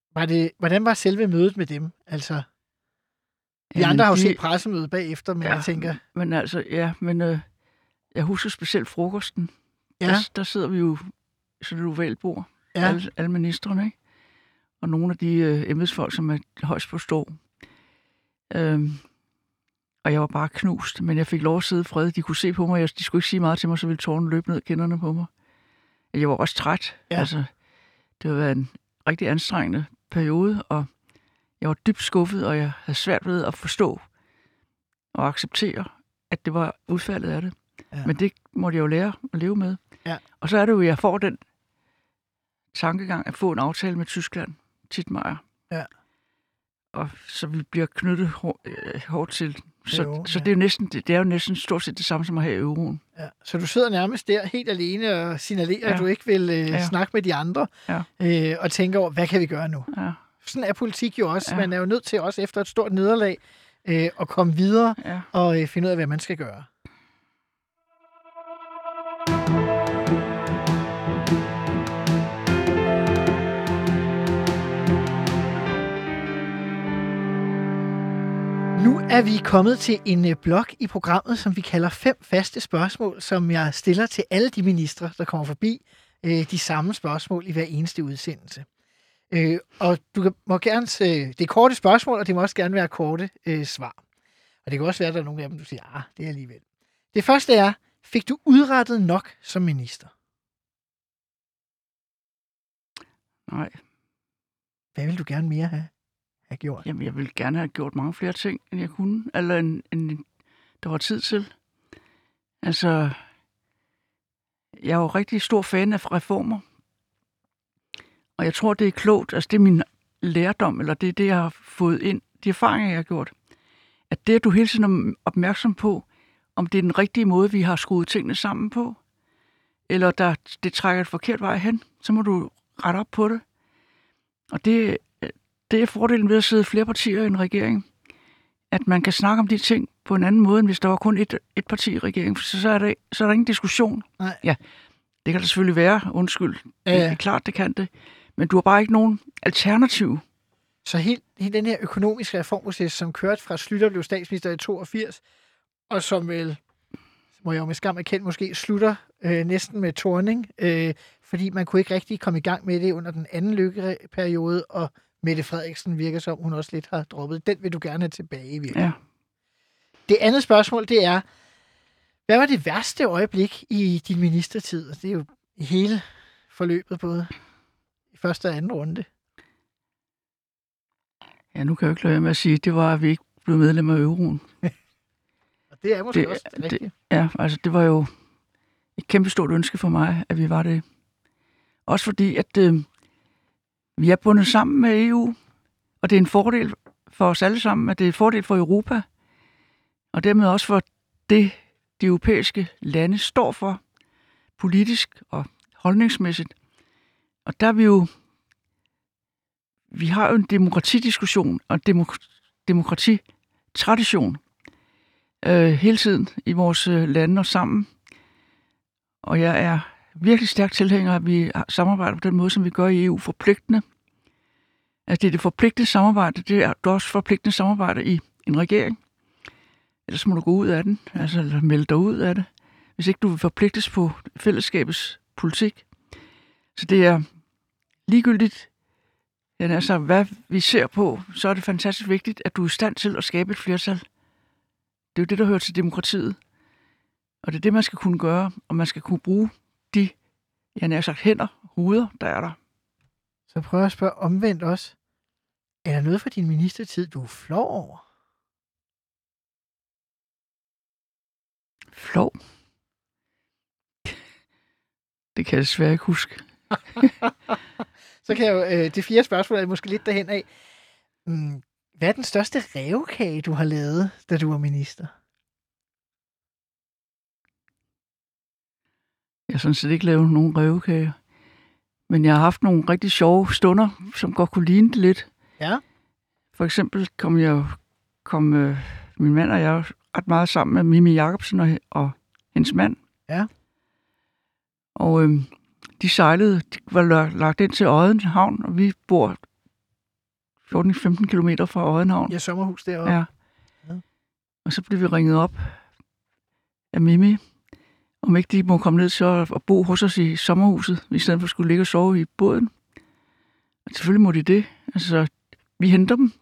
Var det, hvordan var selve mødet med dem? Altså, de
Jamen,
andre har jo
de-
set pressemødet bagefter, men ja. jeg tænker...
Men altså, ja, men øh, jeg husker specielt frokosten.
Ja.
Der, der sidder vi jo sådan et ovalt bord.
Ja.
Alle, alle ministrene, ikke? Og nogle af de øh, embedsfolk, som er højst på strå. Øhm, og jeg var bare knust, men jeg fik lov at sidde i fred. De kunne se på mig, jeg, de skulle ikke sige meget til mig, så ville tårerne løbe ned ad kinderne på mig. Jeg var også træt.
Ja.
Altså, det har været en rigtig anstrengende periode, og jeg var dybt skuffet, og jeg havde svært ved at forstå og acceptere, at det var udfaldet af det.
Ja.
Men det måtte jeg jo lære at leve med.
Ja.
Og så er det jo, at jeg får den tankegang at få en aftale med Tyskland, Titmeier.
Ja.
Og så vi bliver knyttet hår, øh, hårdt til. Så,
Jo,
så
ja.
det, er jo næsten, det, det er jo næsten stort set det samme som at have euroen.
Ja. Så du sidder nærmest der helt alene og signalerer, ja. at du ikke vil øh,
Ja.
snakke med de andre,
Ja.
øh, og tænker over, hvad kan vi gøre nu?
Ja.
Sådan er politik jo også.
Ja.
Man er jo nødt til også efter et stort nederlag øh, at komme videre
Ja.
og øh, finde ud af, hvad man skal gøre. Nu er vi kommet til en øh, blok i programmet, som vi kalder fem faste spørgsmål, som jeg stiller til alle de ministre, der kommer forbi øh, de samme spørgsmål i hver eneste udsendelse. Øh, og du kan, må gerne se, det er korte spørgsmål, og det må også gerne være korte øh, svar. Og det kan også være, at der er nogle af dem, du siger, ah, det er alligevel. Det første er, fik du udrettet nok som minister?
Nej.
Hvad vil du gerne mere have, have gjort?
Jamen, jeg ville gerne have gjort mange flere ting, end jeg kunne, eller end, end der var tid til. Altså, jeg er jo rigtig stor fan af reformer. Og jeg tror, det er klogt, altså det er min lærdom, eller det er det, jeg har fået ind, de erfaringer, jeg har gjort. At det, at du hele tiden er opmærksom på, om det er den rigtige måde, vi har skruet tingene sammen på, eller der, det trækker et forkert vej hen, så må du rette op på det. Og det, det er fordelen ved at sidde flere partier i en regering, at man kan snakke om de ting på en anden måde, end hvis der var kun et, et parti i regeringen, for så er, der, så er der ingen diskussion.
Nej.
Ja, det kan der selvfølgelig være, undskyld.
Ja, ja.
Det er klart, det kan det. Men du har bare ikke nogen alternativ.
Så helt, helt den her økonomiske reformproces, som kørte fra Schlüter blev statsminister i toogfirs, og som vel, må jeg jo med skam erkende, måske slutter øh, næsten med Thorning, øh, fordi man kunne ikke rigtig komme i gang med det under den anden lykkeperiode, og Mette Frederiksen virker som, hun også lidt har droppet. Den vil du gerne have tilbage i virkeligheden.
Ja.
Det andet spørgsmål, det er, hvad var det værste øjeblik i din ministertid? Det er jo i hele forløbet, både i første og anden runde.
Ja, nu kan jeg jo ikke lade være med at sige, det var, at vi ikke blev medlem af euroen.
Og det er måske
Det-
også
det-
rigtigt.
Ja, altså det var jo et kæmpestort ønske for mig, at vi var det. Også fordi, at øh, vi er bundet sammen med E U, og det er en fordel for os alle sammen, at det er en fordel for Europa, og dermed også for det, de europæiske lande står for, politisk og holdningsmæssigt. Og der er vi jo, vi har jo en demokratidiskussion og en demok- demokratitradition øh, hele tiden i vores øh, lande og sammen. Og jeg er virkelig stærk tilhænger, at vi samarbejder på den måde, som vi gør i E U, forpligtende. Altså det er det forpligtende samarbejde, det er også forpligtende samarbejde i en regering. Ellers må du gå ud af den, altså eller melde dig ud af det, hvis ikke du vil forpligtes på fællesskabets politik. Så det er ligegyldigt, ja, altså, hvad vi ser på, så er det fantastisk vigtigt, at du er i stand til at skabe et flertal. Det er jo det, der hører til demokratiet. Og det er det, man skal kunne gøre, og man skal kunne bruge de, jeg nær sagt, hænder, hoveder, der er der.
Så prøv at spørge omvendt også. Er der noget for din ministertid, du er flov over?
Flov. Det kan jeg desværre ikke huske.
Så kan jeg jo, øh, det fjerde spørgsmål er måske lidt derhen af. Mm, hvad er den største rævekage, du har lavet, da du var minister?
Jeg har sådan set ikke lavet nogen rævekager. Men jeg har haft nogle rigtig sjove stunder, som godt kunne ligne det lidt.
Ja.
For eksempel kom jeg, kom øh, min mand og jeg ret meget sammen med Mimi Jacobsen og, og hendes mand.
Ja.
Og øh, de sejlede, de var lagt ind til Odden havn, og vi bor fjorten til femten kilometer fra Oddenhavn.
Ja, sommerhus deroppe.
Ja.
Ja.
Og så blev vi ringet op af Mimi, om ikke de må komme ned til at, at bo hos os i sommerhuset, i stedet for at skulle ligge og sove i båden. Og selvfølgelig må de det. Altså, vi henter dem.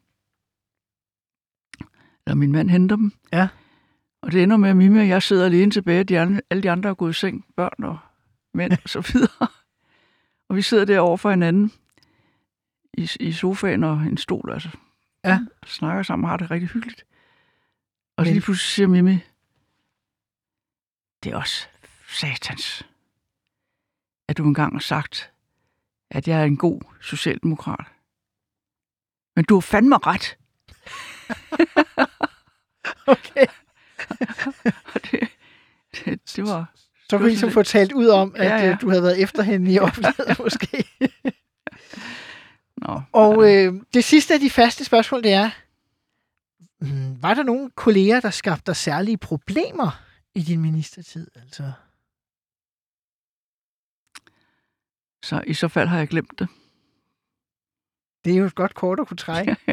Eller min mand henter dem.
Ja.
Og det ender med, at Mimi og jeg sidder alene tilbage. De andre, alle de andre er gået i seng, børn og mænd og så videre. Og vi sidder der over for hinanden i, i sofaen og en stol, altså.
Ja.
Og snakker sammen og har det rigtig hyggeligt. Og så
Men...
lige pludselig siger Mimi, det er også satans, at du engang har sagt, at jeg er en god socialdemokrat. Men du har fandme ret.
Okay.
det, det, det var...
Så kunne I ligesom få talt ud om, at
ja, ja.
du havde været efter hende i offentligheden, måske.
Nå,
Og øh, det sidste af de faste spørgsmål, det er, hmm, var der nogle kolleger, der skabte dig særlige problemer i din ministertid? Altså?
Så i så fald har jeg glemt det.
Det er jo et godt kort at kunne trække.
Ja,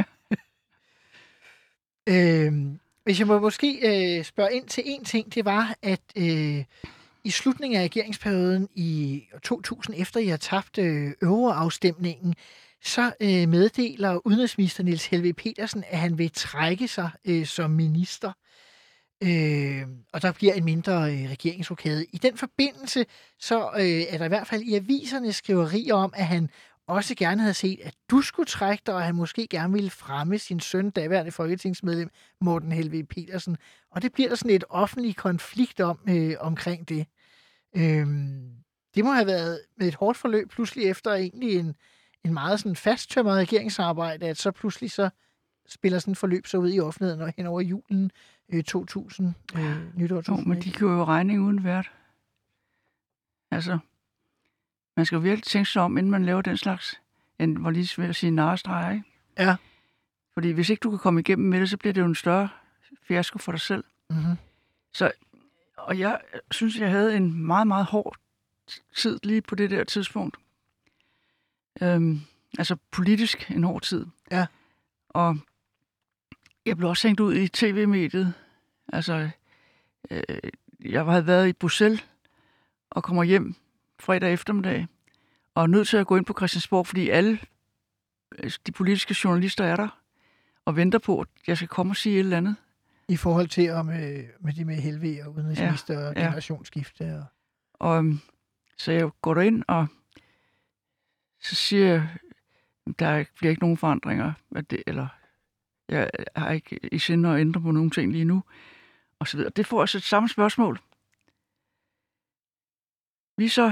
ja.
øhm, hvis jeg må måske øh, spørge ind til en ting, det var, at øh, i slutningen af regeringsperioden i to tusind, efter I har tabt øh, euroafstemningen, så øh, meddeler udenrigsminister Niels Helveg Petersen, at han vil trække sig øh, som minister. Øh, og der bliver en mindre øh, regeringsrokade. I den forbindelse, så øh, er der i hvert fald i aviserne skriverier om, at han også gerne havde set, at du skulle trække dig, og han måske gerne ville fremme sin søn, daværende folketingsmedlem, Morten Helveg Petersen. Og det bliver der sådan et offentlig konflikt om øh, omkring det. Øh, det må have været med et hårdt forløb, pludselig efter egentlig en, en meget sådan fasttømret regeringsarbejde, at så pludselig så spiller sådan et forløb så ud i offentligheden hen over julen øh, to tusind, øh, nytår to tusind.
Jo, men de kan jo regning uden vært. Altså, man skal jo virkelig tænke sig om, inden man laver den slags, en, var lige ved at sige narrestreger, ikke?
Ja.
Fordi hvis ikke du kan komme igennem med det, så bliver det jo en større fiasko for dig selv.
Mm-hmm.
Så, og jeg synes, jeg havde en meget, meget hård tid lige på det der tidspunkt. Øhm, altså politisk en hård tid.
Ja.
Og jeg blev også hængt ud i tv-mediet. Altså, øh, jeg havde været i Bruxelles og kommer hjem fredag eftermiddag og er nødt til at gå ind på Christiansborg, fordi alle de politiske journalister er der og venter på, at jeg skal komme og sige et eller andet.
I forhold til om, øh, med det med Helveg og udenrigsminister ja, og generationsskifte. Og...
og så jeg går derind, og så siger jeg, der bliver ikke nogen forandringer, at det, eller jeg har ikke i sinde at ændre på nogen ting lige nu, og så videre. Det får altså et samme spørgsmål. Vi så,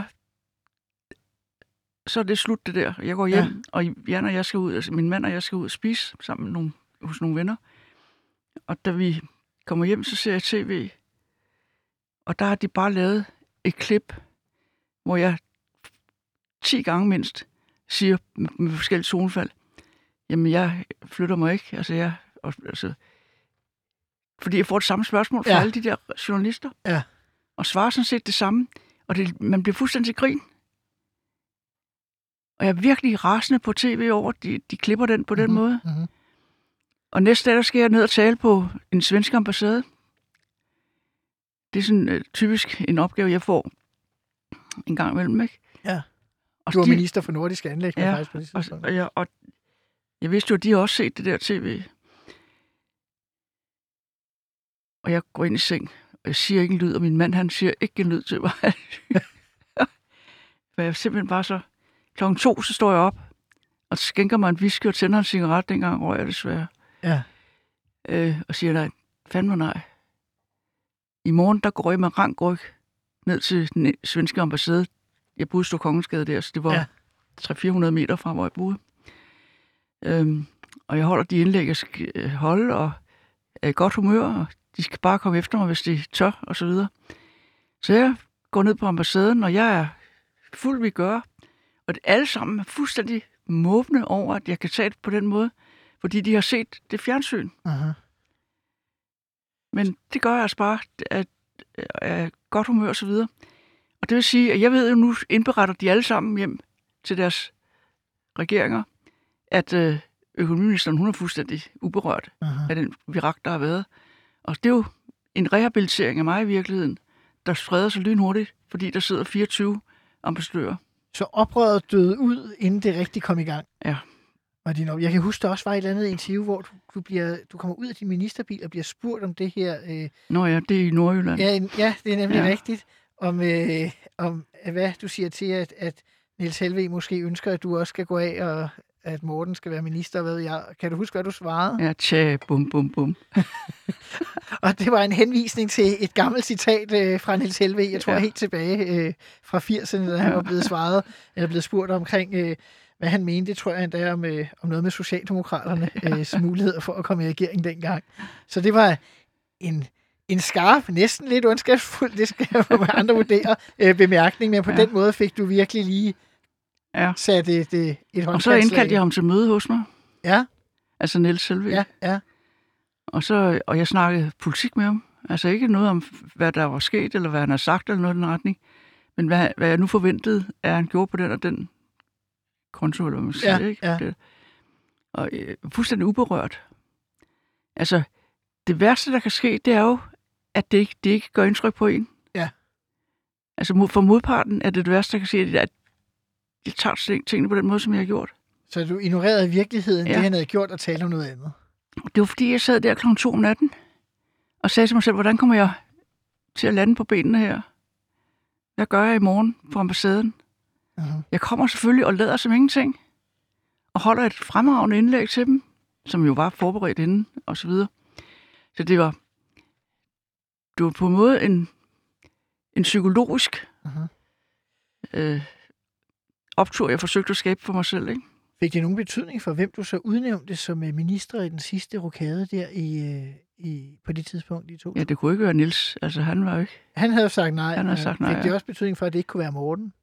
så er det slut det der. Jeg går hjem, ja. Og Jan og jeg skal ud, altså min mand og jeg skal ud og spise sammen med nogle, hos nogle venner. Og da vi kommer hjem, så ser jeg tv, og der har de bare lavet et klip, hvor jeg ti gange mindst siger med, med forskellige tonefald, jamen jeg flytter mig ikke, altså jeg, altså, fordi jeg får det samme spørgsmål fra ja. alle de der journalister,
ja.
og svarer sådan set det samme, og det, man bliver fuldstændig til grin. Og jeg er virkelig rasende på tv over, de, de klipper den på mm-hmm. den måde.
Mm-hmm.
Og næste dag, der skal jeg ned og tale på en svensk ambassade. Det er sådan uh, typisk en opgave, jeg får en gang imellem, ikke?
Ja.
Og
du var
de,
minister for nordisk anlæg,
ja,
faktisk på det tidspunkt.
Og, og, jeg, og jeg vidste jo, at de har også set det der tv. Og jeg går ind i seng, og jeg siger ikke en lyd, og min mand, han siger ikke en lyd til mig. For jeg simpelthen bare så... Klokken to, så står jeg op, og skænker mig en whisky og tænder en cigaret. Dengang røg jeg desværre.
Ja.
Øh, og siger, nej, fandme nej. I morgen, der går jeg med rank ryg ned til den svenske ambassade. Jeg boede i Storkongensgade der, så det var ja. tre hundrede til fire hundrede meter fra, hvor jeg boede. Øhm, og jeg holder de indlæg, jeg skal holde, og er i godt humør, og de skal bare komme efter mig, hvis de tør, og så videre. Så jeg går ned på ambassaden, og jeg er fuld vi gør. Og det alle sammen er fuldstændig måbne over, at jeg kan tage det på den måde, fordi de har set det fjernsyn.
Uh-huh.
Men det gør jeg altså bare, at jeg er godt humør og så videre. Og det vil sige, at jeg ved jo nu, indberetter de alle sammen hjem til deres regeringer, at øh, økonomiministeren, hun er fuldstændig uberørt
Aha.
af den virak, der har været. Og det er jo en rehabilitering af mig i virkeligheden, der spreder sig lynhurtigt, fordi der sidder fireogtyve ambassadører.
Så oprøret døde ud, inden det rigtig kom i gang?
Ja.
Og din, jeg kan huske, der også var et eller andet interview, hvor du, du, bliver, du kommer ud af din ministerbil og bliver spurgt om det her. Øh,
Nå ja, det er i Nordjylland.
ja, ja, det er nemlig
Ja.
rigtigt. Om, øh, om hvad du siger til, at, at Niels Helveg måske ønsker, at du også skal gå af, og at Morten skal være minister. Hvad ved jeg. Kan du huske, hvad du svarede?
Ja, tja, bum, bum, bum.
Og det var en henvisning til et gammelt citat øh, fra Niels Helveg, jeg tror
Ja.
helt tilbage øh, fra firserne, da han var blevet svaret, eller blevet spurgt omkring, øh, hvad han mente. Det tror jeg endda om, øh, om noget med Socialdemokraternes øh, muligheder for at komme i regering dengang. Så det var en, en skarp, næsten lidt ondskabsfuld, det skal jeg med andre vurdere, øh, bemærkning, men på
Ja.
den måde fik du virkelig lige
Ja.
sat et, et, et
Og så
håndkantslag.
indkaldte jeg ham til møde hos mig,
Ja,
altså Niels Helveg.
ja, ja.
Og, så, og jeg snakkede politik med ham. Altså ikke noget om, hvad der var sket, eller hvad han har sagt, eller noget i den retning. Men hvad, hvad jeg nu forventede, er, at han gjorde på den og den konto, eller hvad man siger,
Ja,
ikke?
ja.
Det, og øh, fuldstændig uberørt. Altså, det værste, der kan ske, det er jo, at det ikke, det ikke gør indtryk på en.
Ja.
Altså mod- for modparten er det det værste, der kan ske, at jeg tager tingene på den måde, som jeg har gjort.
Så du ignorerede i virkeligheden
Ja.
det, han havde gjort, og talte om noget andet.
Det var fordi, jeg sad der klokken to om natten, og sagde til mig selv, hvordan kommer jeg til at lande på benene her? Hvad gør jeg i morgen på ambassaden?
Uh-huh.
Jeg kommer selvfølgelig og lader som ingenting, og holder et fremragende indlæg til dem, som jo var forberedt inden, og så videre. Så det var, det var på en måde en, en psykologisk
Uh-huh.
øh, optur, jeg forsøgte at skabe for mig selv, ikke?
Fik det nogen betydning for, hvem du så udnævnte som øh, minister i den sidste rokade der i, øh, i, på det tidspunkt i to?
Ja, det kunne ikke være Niels. Altså, han var jo ikke...
Han havde jo sagt nej.
Han havde sagt nej,
Fik det
ja.
også betydning for, at det ikke kunne være Morten?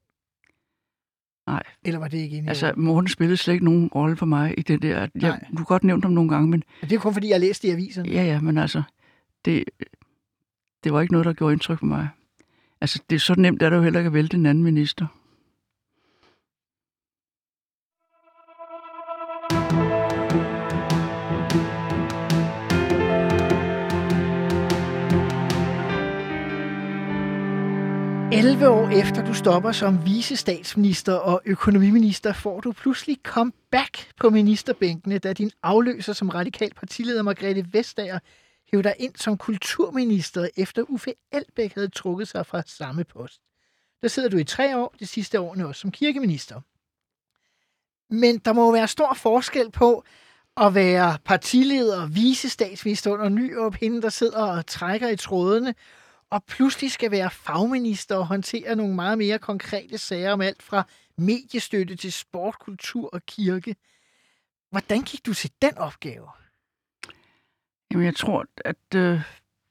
Nej.
Eller var det ikke inde i
Altså,
orden?
Morten spillede slet ikke nogen rolle for mig i det der. Jeg,
Nej.
du har godt nævnt ham nogle gange, men
Det er kun fordi, jeg læste i aviserne.
ja, ja, men altså, det, det var ikke noget, der gjorde indtryk på mig. Altså, det er så nemt, at der jo heller ikke at vælte en anden minister.
elleve år efter du stopper som vicestatsminister og økonomiminister, får du pludselig comeback på ministerbænkene, da din afløser som radikal partileder Margrethe Vestager hævde dig ind som kulturminister, efter Uffe Elbæk havde trukket sig fra samme post. Der sidder du i tre år, de sidste årene også som kirkeminister. Men der må jo være stor forskel på at være partileder og vicestatsminister under Nyrup, hende der sidder og trækker i trådene, og pludselig skal være fagminister og håndtere nogle meget mere konkrete sager om alt fra mediestøtte til sport, kultur og kirke. Hvordan gik du til den opgave?
Jamen, jeg tror, at øh,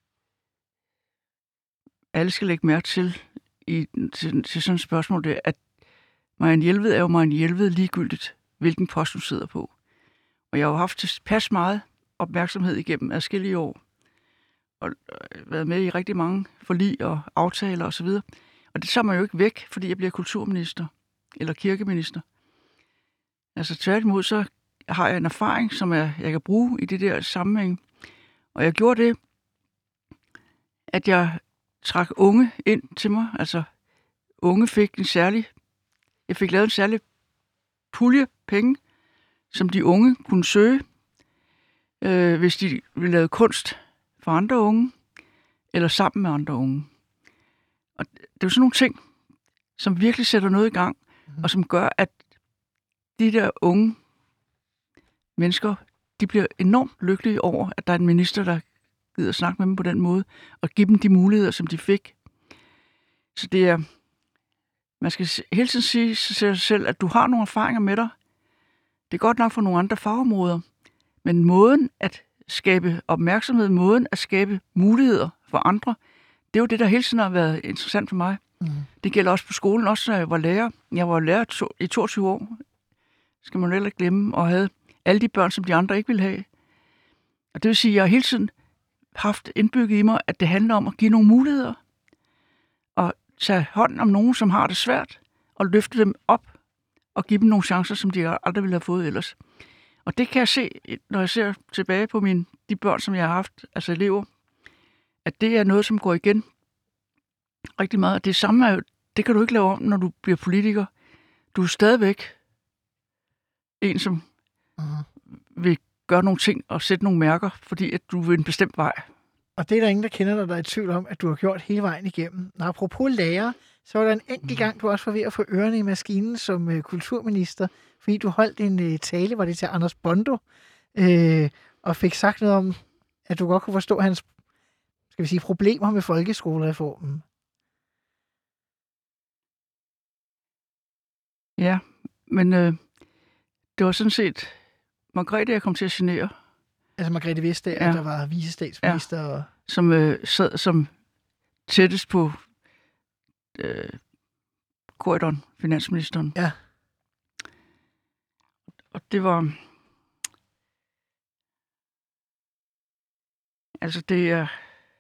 alle skal lægge mærke til, i, til, til sådan et spørgsmål, det, at Marianne Jelved er jo Marianne Jelved ligegyldigt, hvilken post hun sidder på. Og jeg har jo haft tilpas meget opmærksomhed igennem adskillige år, og været med i rigtig mange forlig og aftaler osv. Og, og det tager man jo ikke væk, fordi jeg bliver kulturminister eller kirkeminister. Altså tværtimod, så har jeg en erfaring, som jeg, jeg kan bruge i det der sammenhæng. Og jeg gjorde det, at jeg trak unge ind til mig. Altså unge fik en særlig, jeg fik lavet en særlig pulje penge, som de unge kunne søge, øh, hvis de ville lave kunst for andre unge, eller sammen med andre unge. Og det er jo sådan nogle ting, som virkelig sætter noget i gang, mm. og som gør, at de der unge mennesker, de bliver enormt lykkelige over, at der er en minister, der gider snakke med dem på den måde, og give dem de muligheder, som de fik. Så det er, man skal hele tiden sige til sig selv, at du har nogle erfaringer med dig. Det er godt nok for nogle andre fagområder, men måden at skabe opmærksomhed, måden at skabe muligheder for andre, det er jo det, der hele tiden har været interessant for mig. Mm. Det gælder også på skolen, også når jeg var lærer. Jeg var lærer to, i toogtyve år, skal man heller ikke glemme, og havde alle de børn, som de andre ikke ville have. Og det vil sige, at jeg har hele tiden haft indbygget i mig, at det handler om at give nogle muligheder, og tage hånd om nogen, som har det svært, og løfte dem op, og give dem nogle chancer, som de aldrig ville have fået ellers. Og det kan jeg se, når jeg ser tilbage på mine, de børn, som jeg har haft, altså elever, at det er noget, som går igen rigtig meget. Det samme er jo, det kan du ikke lave om, når du bliver politiker. Du er stadigvæk en, som uh-huh. vil gøre nogle ting og sætte nogle mærker, fordi at du vil en bestemt vej. Og det er der ingen, der kender dig, der er i tvivl om, at du har gjort hele vejen igennem. Når apropos lærer, så var der en enkelt gang, du også var ved at få ørerne i maskinen som uh, kulturminister, fordi du holdt en uh, tale, var det til Anders Bondo, øh, og fik sagt noget om, at du godt kunne forstå hans, skal vi sige, problemer med folkeskolereformen. Ja, men øh, det var sådan set Margrethe, jeg kom til at genere.
Altså Margrethe Vestager, ja. Der var vicestatsminister. Ja. Og...
Som øh, sad som tættest på øh, Corydon, finansministeren.
Ja.
Og det var... Altså det er...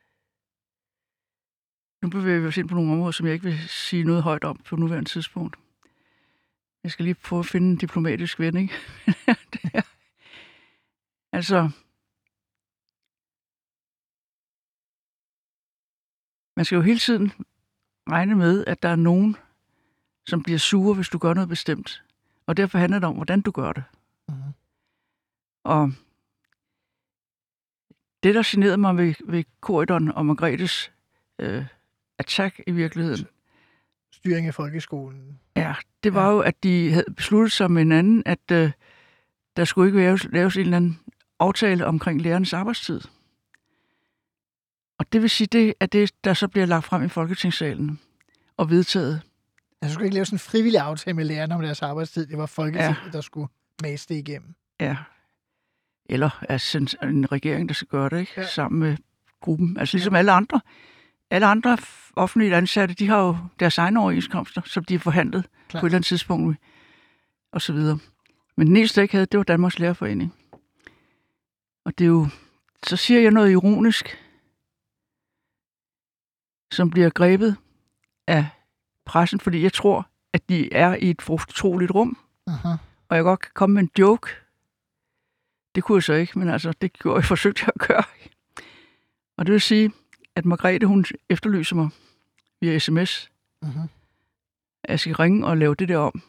Nu bevæger vi os ind på nogle områder, som jeg ikke vil sige noget højt om på nuværende tidspunkt. Jeg skal lige prøve at finde en diplomatisk vending. Det er... Altså... Man skal jo hele tiden regne med, at der er nogen, som bliver sure, hvis du gør noget bestemt. Og derfor handler det om, hvordan du gør det. Mm-hmm. Og det, der generede mig ved, ved Corydon og Margrethes øh, attack i virkeligheden.
Styring af folkeskolen.
Ja, det var ja. jo, at de havde besluttet sig med hinanden, at øh, der skulle ikke laves, laves en eller anden aftale omkring lærernes arbejdstid. Og det vil sige, det er det, der så bliver lagt frem i Folketingssalen og vedtaget.
Der skulle ikke lave sådan en frivillig aftale med lærerne om deres arbejdstid. Det var Folketinget, ja. der skulle mase det igennem.
Ja. Eller altså en regering, der skal gøre det, ikke? Ja. Sammen med gruppen. Altså ligesom ja. alle andre. Alle andre offentlige ansatte, de har jo deres egne overenskomster, som de har forhandlet Klar. på et eller andet tidspunkt. Og så videre. Men den eneste, der ikke havde, det var Danmarks Lærerforening. Og det er jo... Så siger jeg noget ironisk, som bliver grebet af pressen, fordi jeg tror, at de er i et fortroligt rum. Uh-huh. Og jeg godt kan komme med en joke. Det kunne jeg så ikke, men altså, det gjorde jeg, forsøgte jeg at gøre. Og det vil sige, at Margrethe, hun efterlyser mig via sms. Uh-huh. At jeg skal ringe og lave det der om.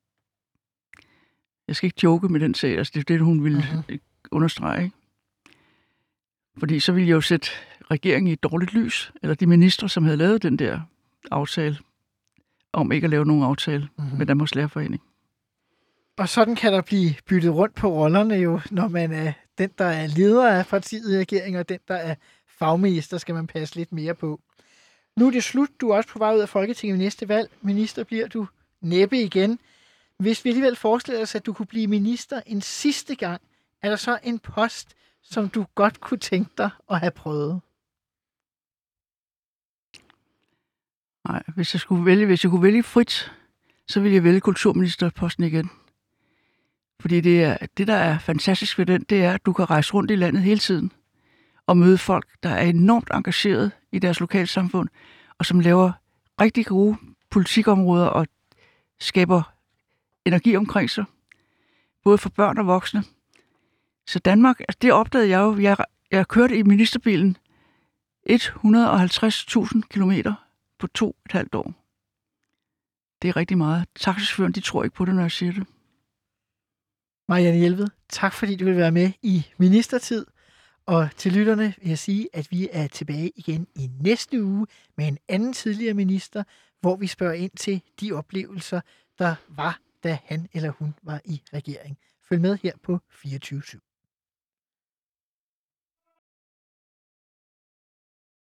Jeg skal ikke joke med den sag, altså det er det, hun ville uh-huh. understrege, ikke? Fordi så ville jeg jo sætte regeringen i et dårligt lys, eller de ministre, som havde lavet den der aftale, om ikke at lave nogen aftale mm-hmm. med Danmarks Lærerforening.
Og sådan kan der blive byttet rundt på rollerne jo, når man er den, der er leder af partiet i regeringen, og den, der er fagminister, skal man passe lidt mere på. Nu er det slut. Du er også på vej ud af Folketinget ved næste valg. Minister bliver du næppe igen. Hvis vi alligevel forestiller os, at du kunne blive minister en sidste gang, er der så en post, som du godt kunne tænke dig at have prøvet?
Nej, hvis jeg skulle vælge, hvis jeg kunne vælge frit, så ville jeg vælge kulturministerposten igen. Fordi det, er, det, der er fantastisk ved den, det er, at du kan rejse rundt i landet hele tiden og møde folk, der er enormt engageret i deres lokalsamfund, og som laver rigtig gode politikområder og skaber energi omkring sig, både for børn og voksne. Så Danmark, altså det opdagede jeg jo, jeg, jeg kørte i ministerbilen et hundrede og halvtreds tusind kilometer på to og et halvt år. Det er rigtig meget. Taxichaufføren, de tror ikke på det, når jeg siger det.
Marianne Jelved, tak fordi du vil være med i Ministertid. Og til lytterne vil jeg sige, at vi er tilbage igen i næste uge med en anden tidligere minister, hvor vi spørger ind til de oplevelser, der var, da han eller hun var i regering. Følg med her på fireogtyve syv.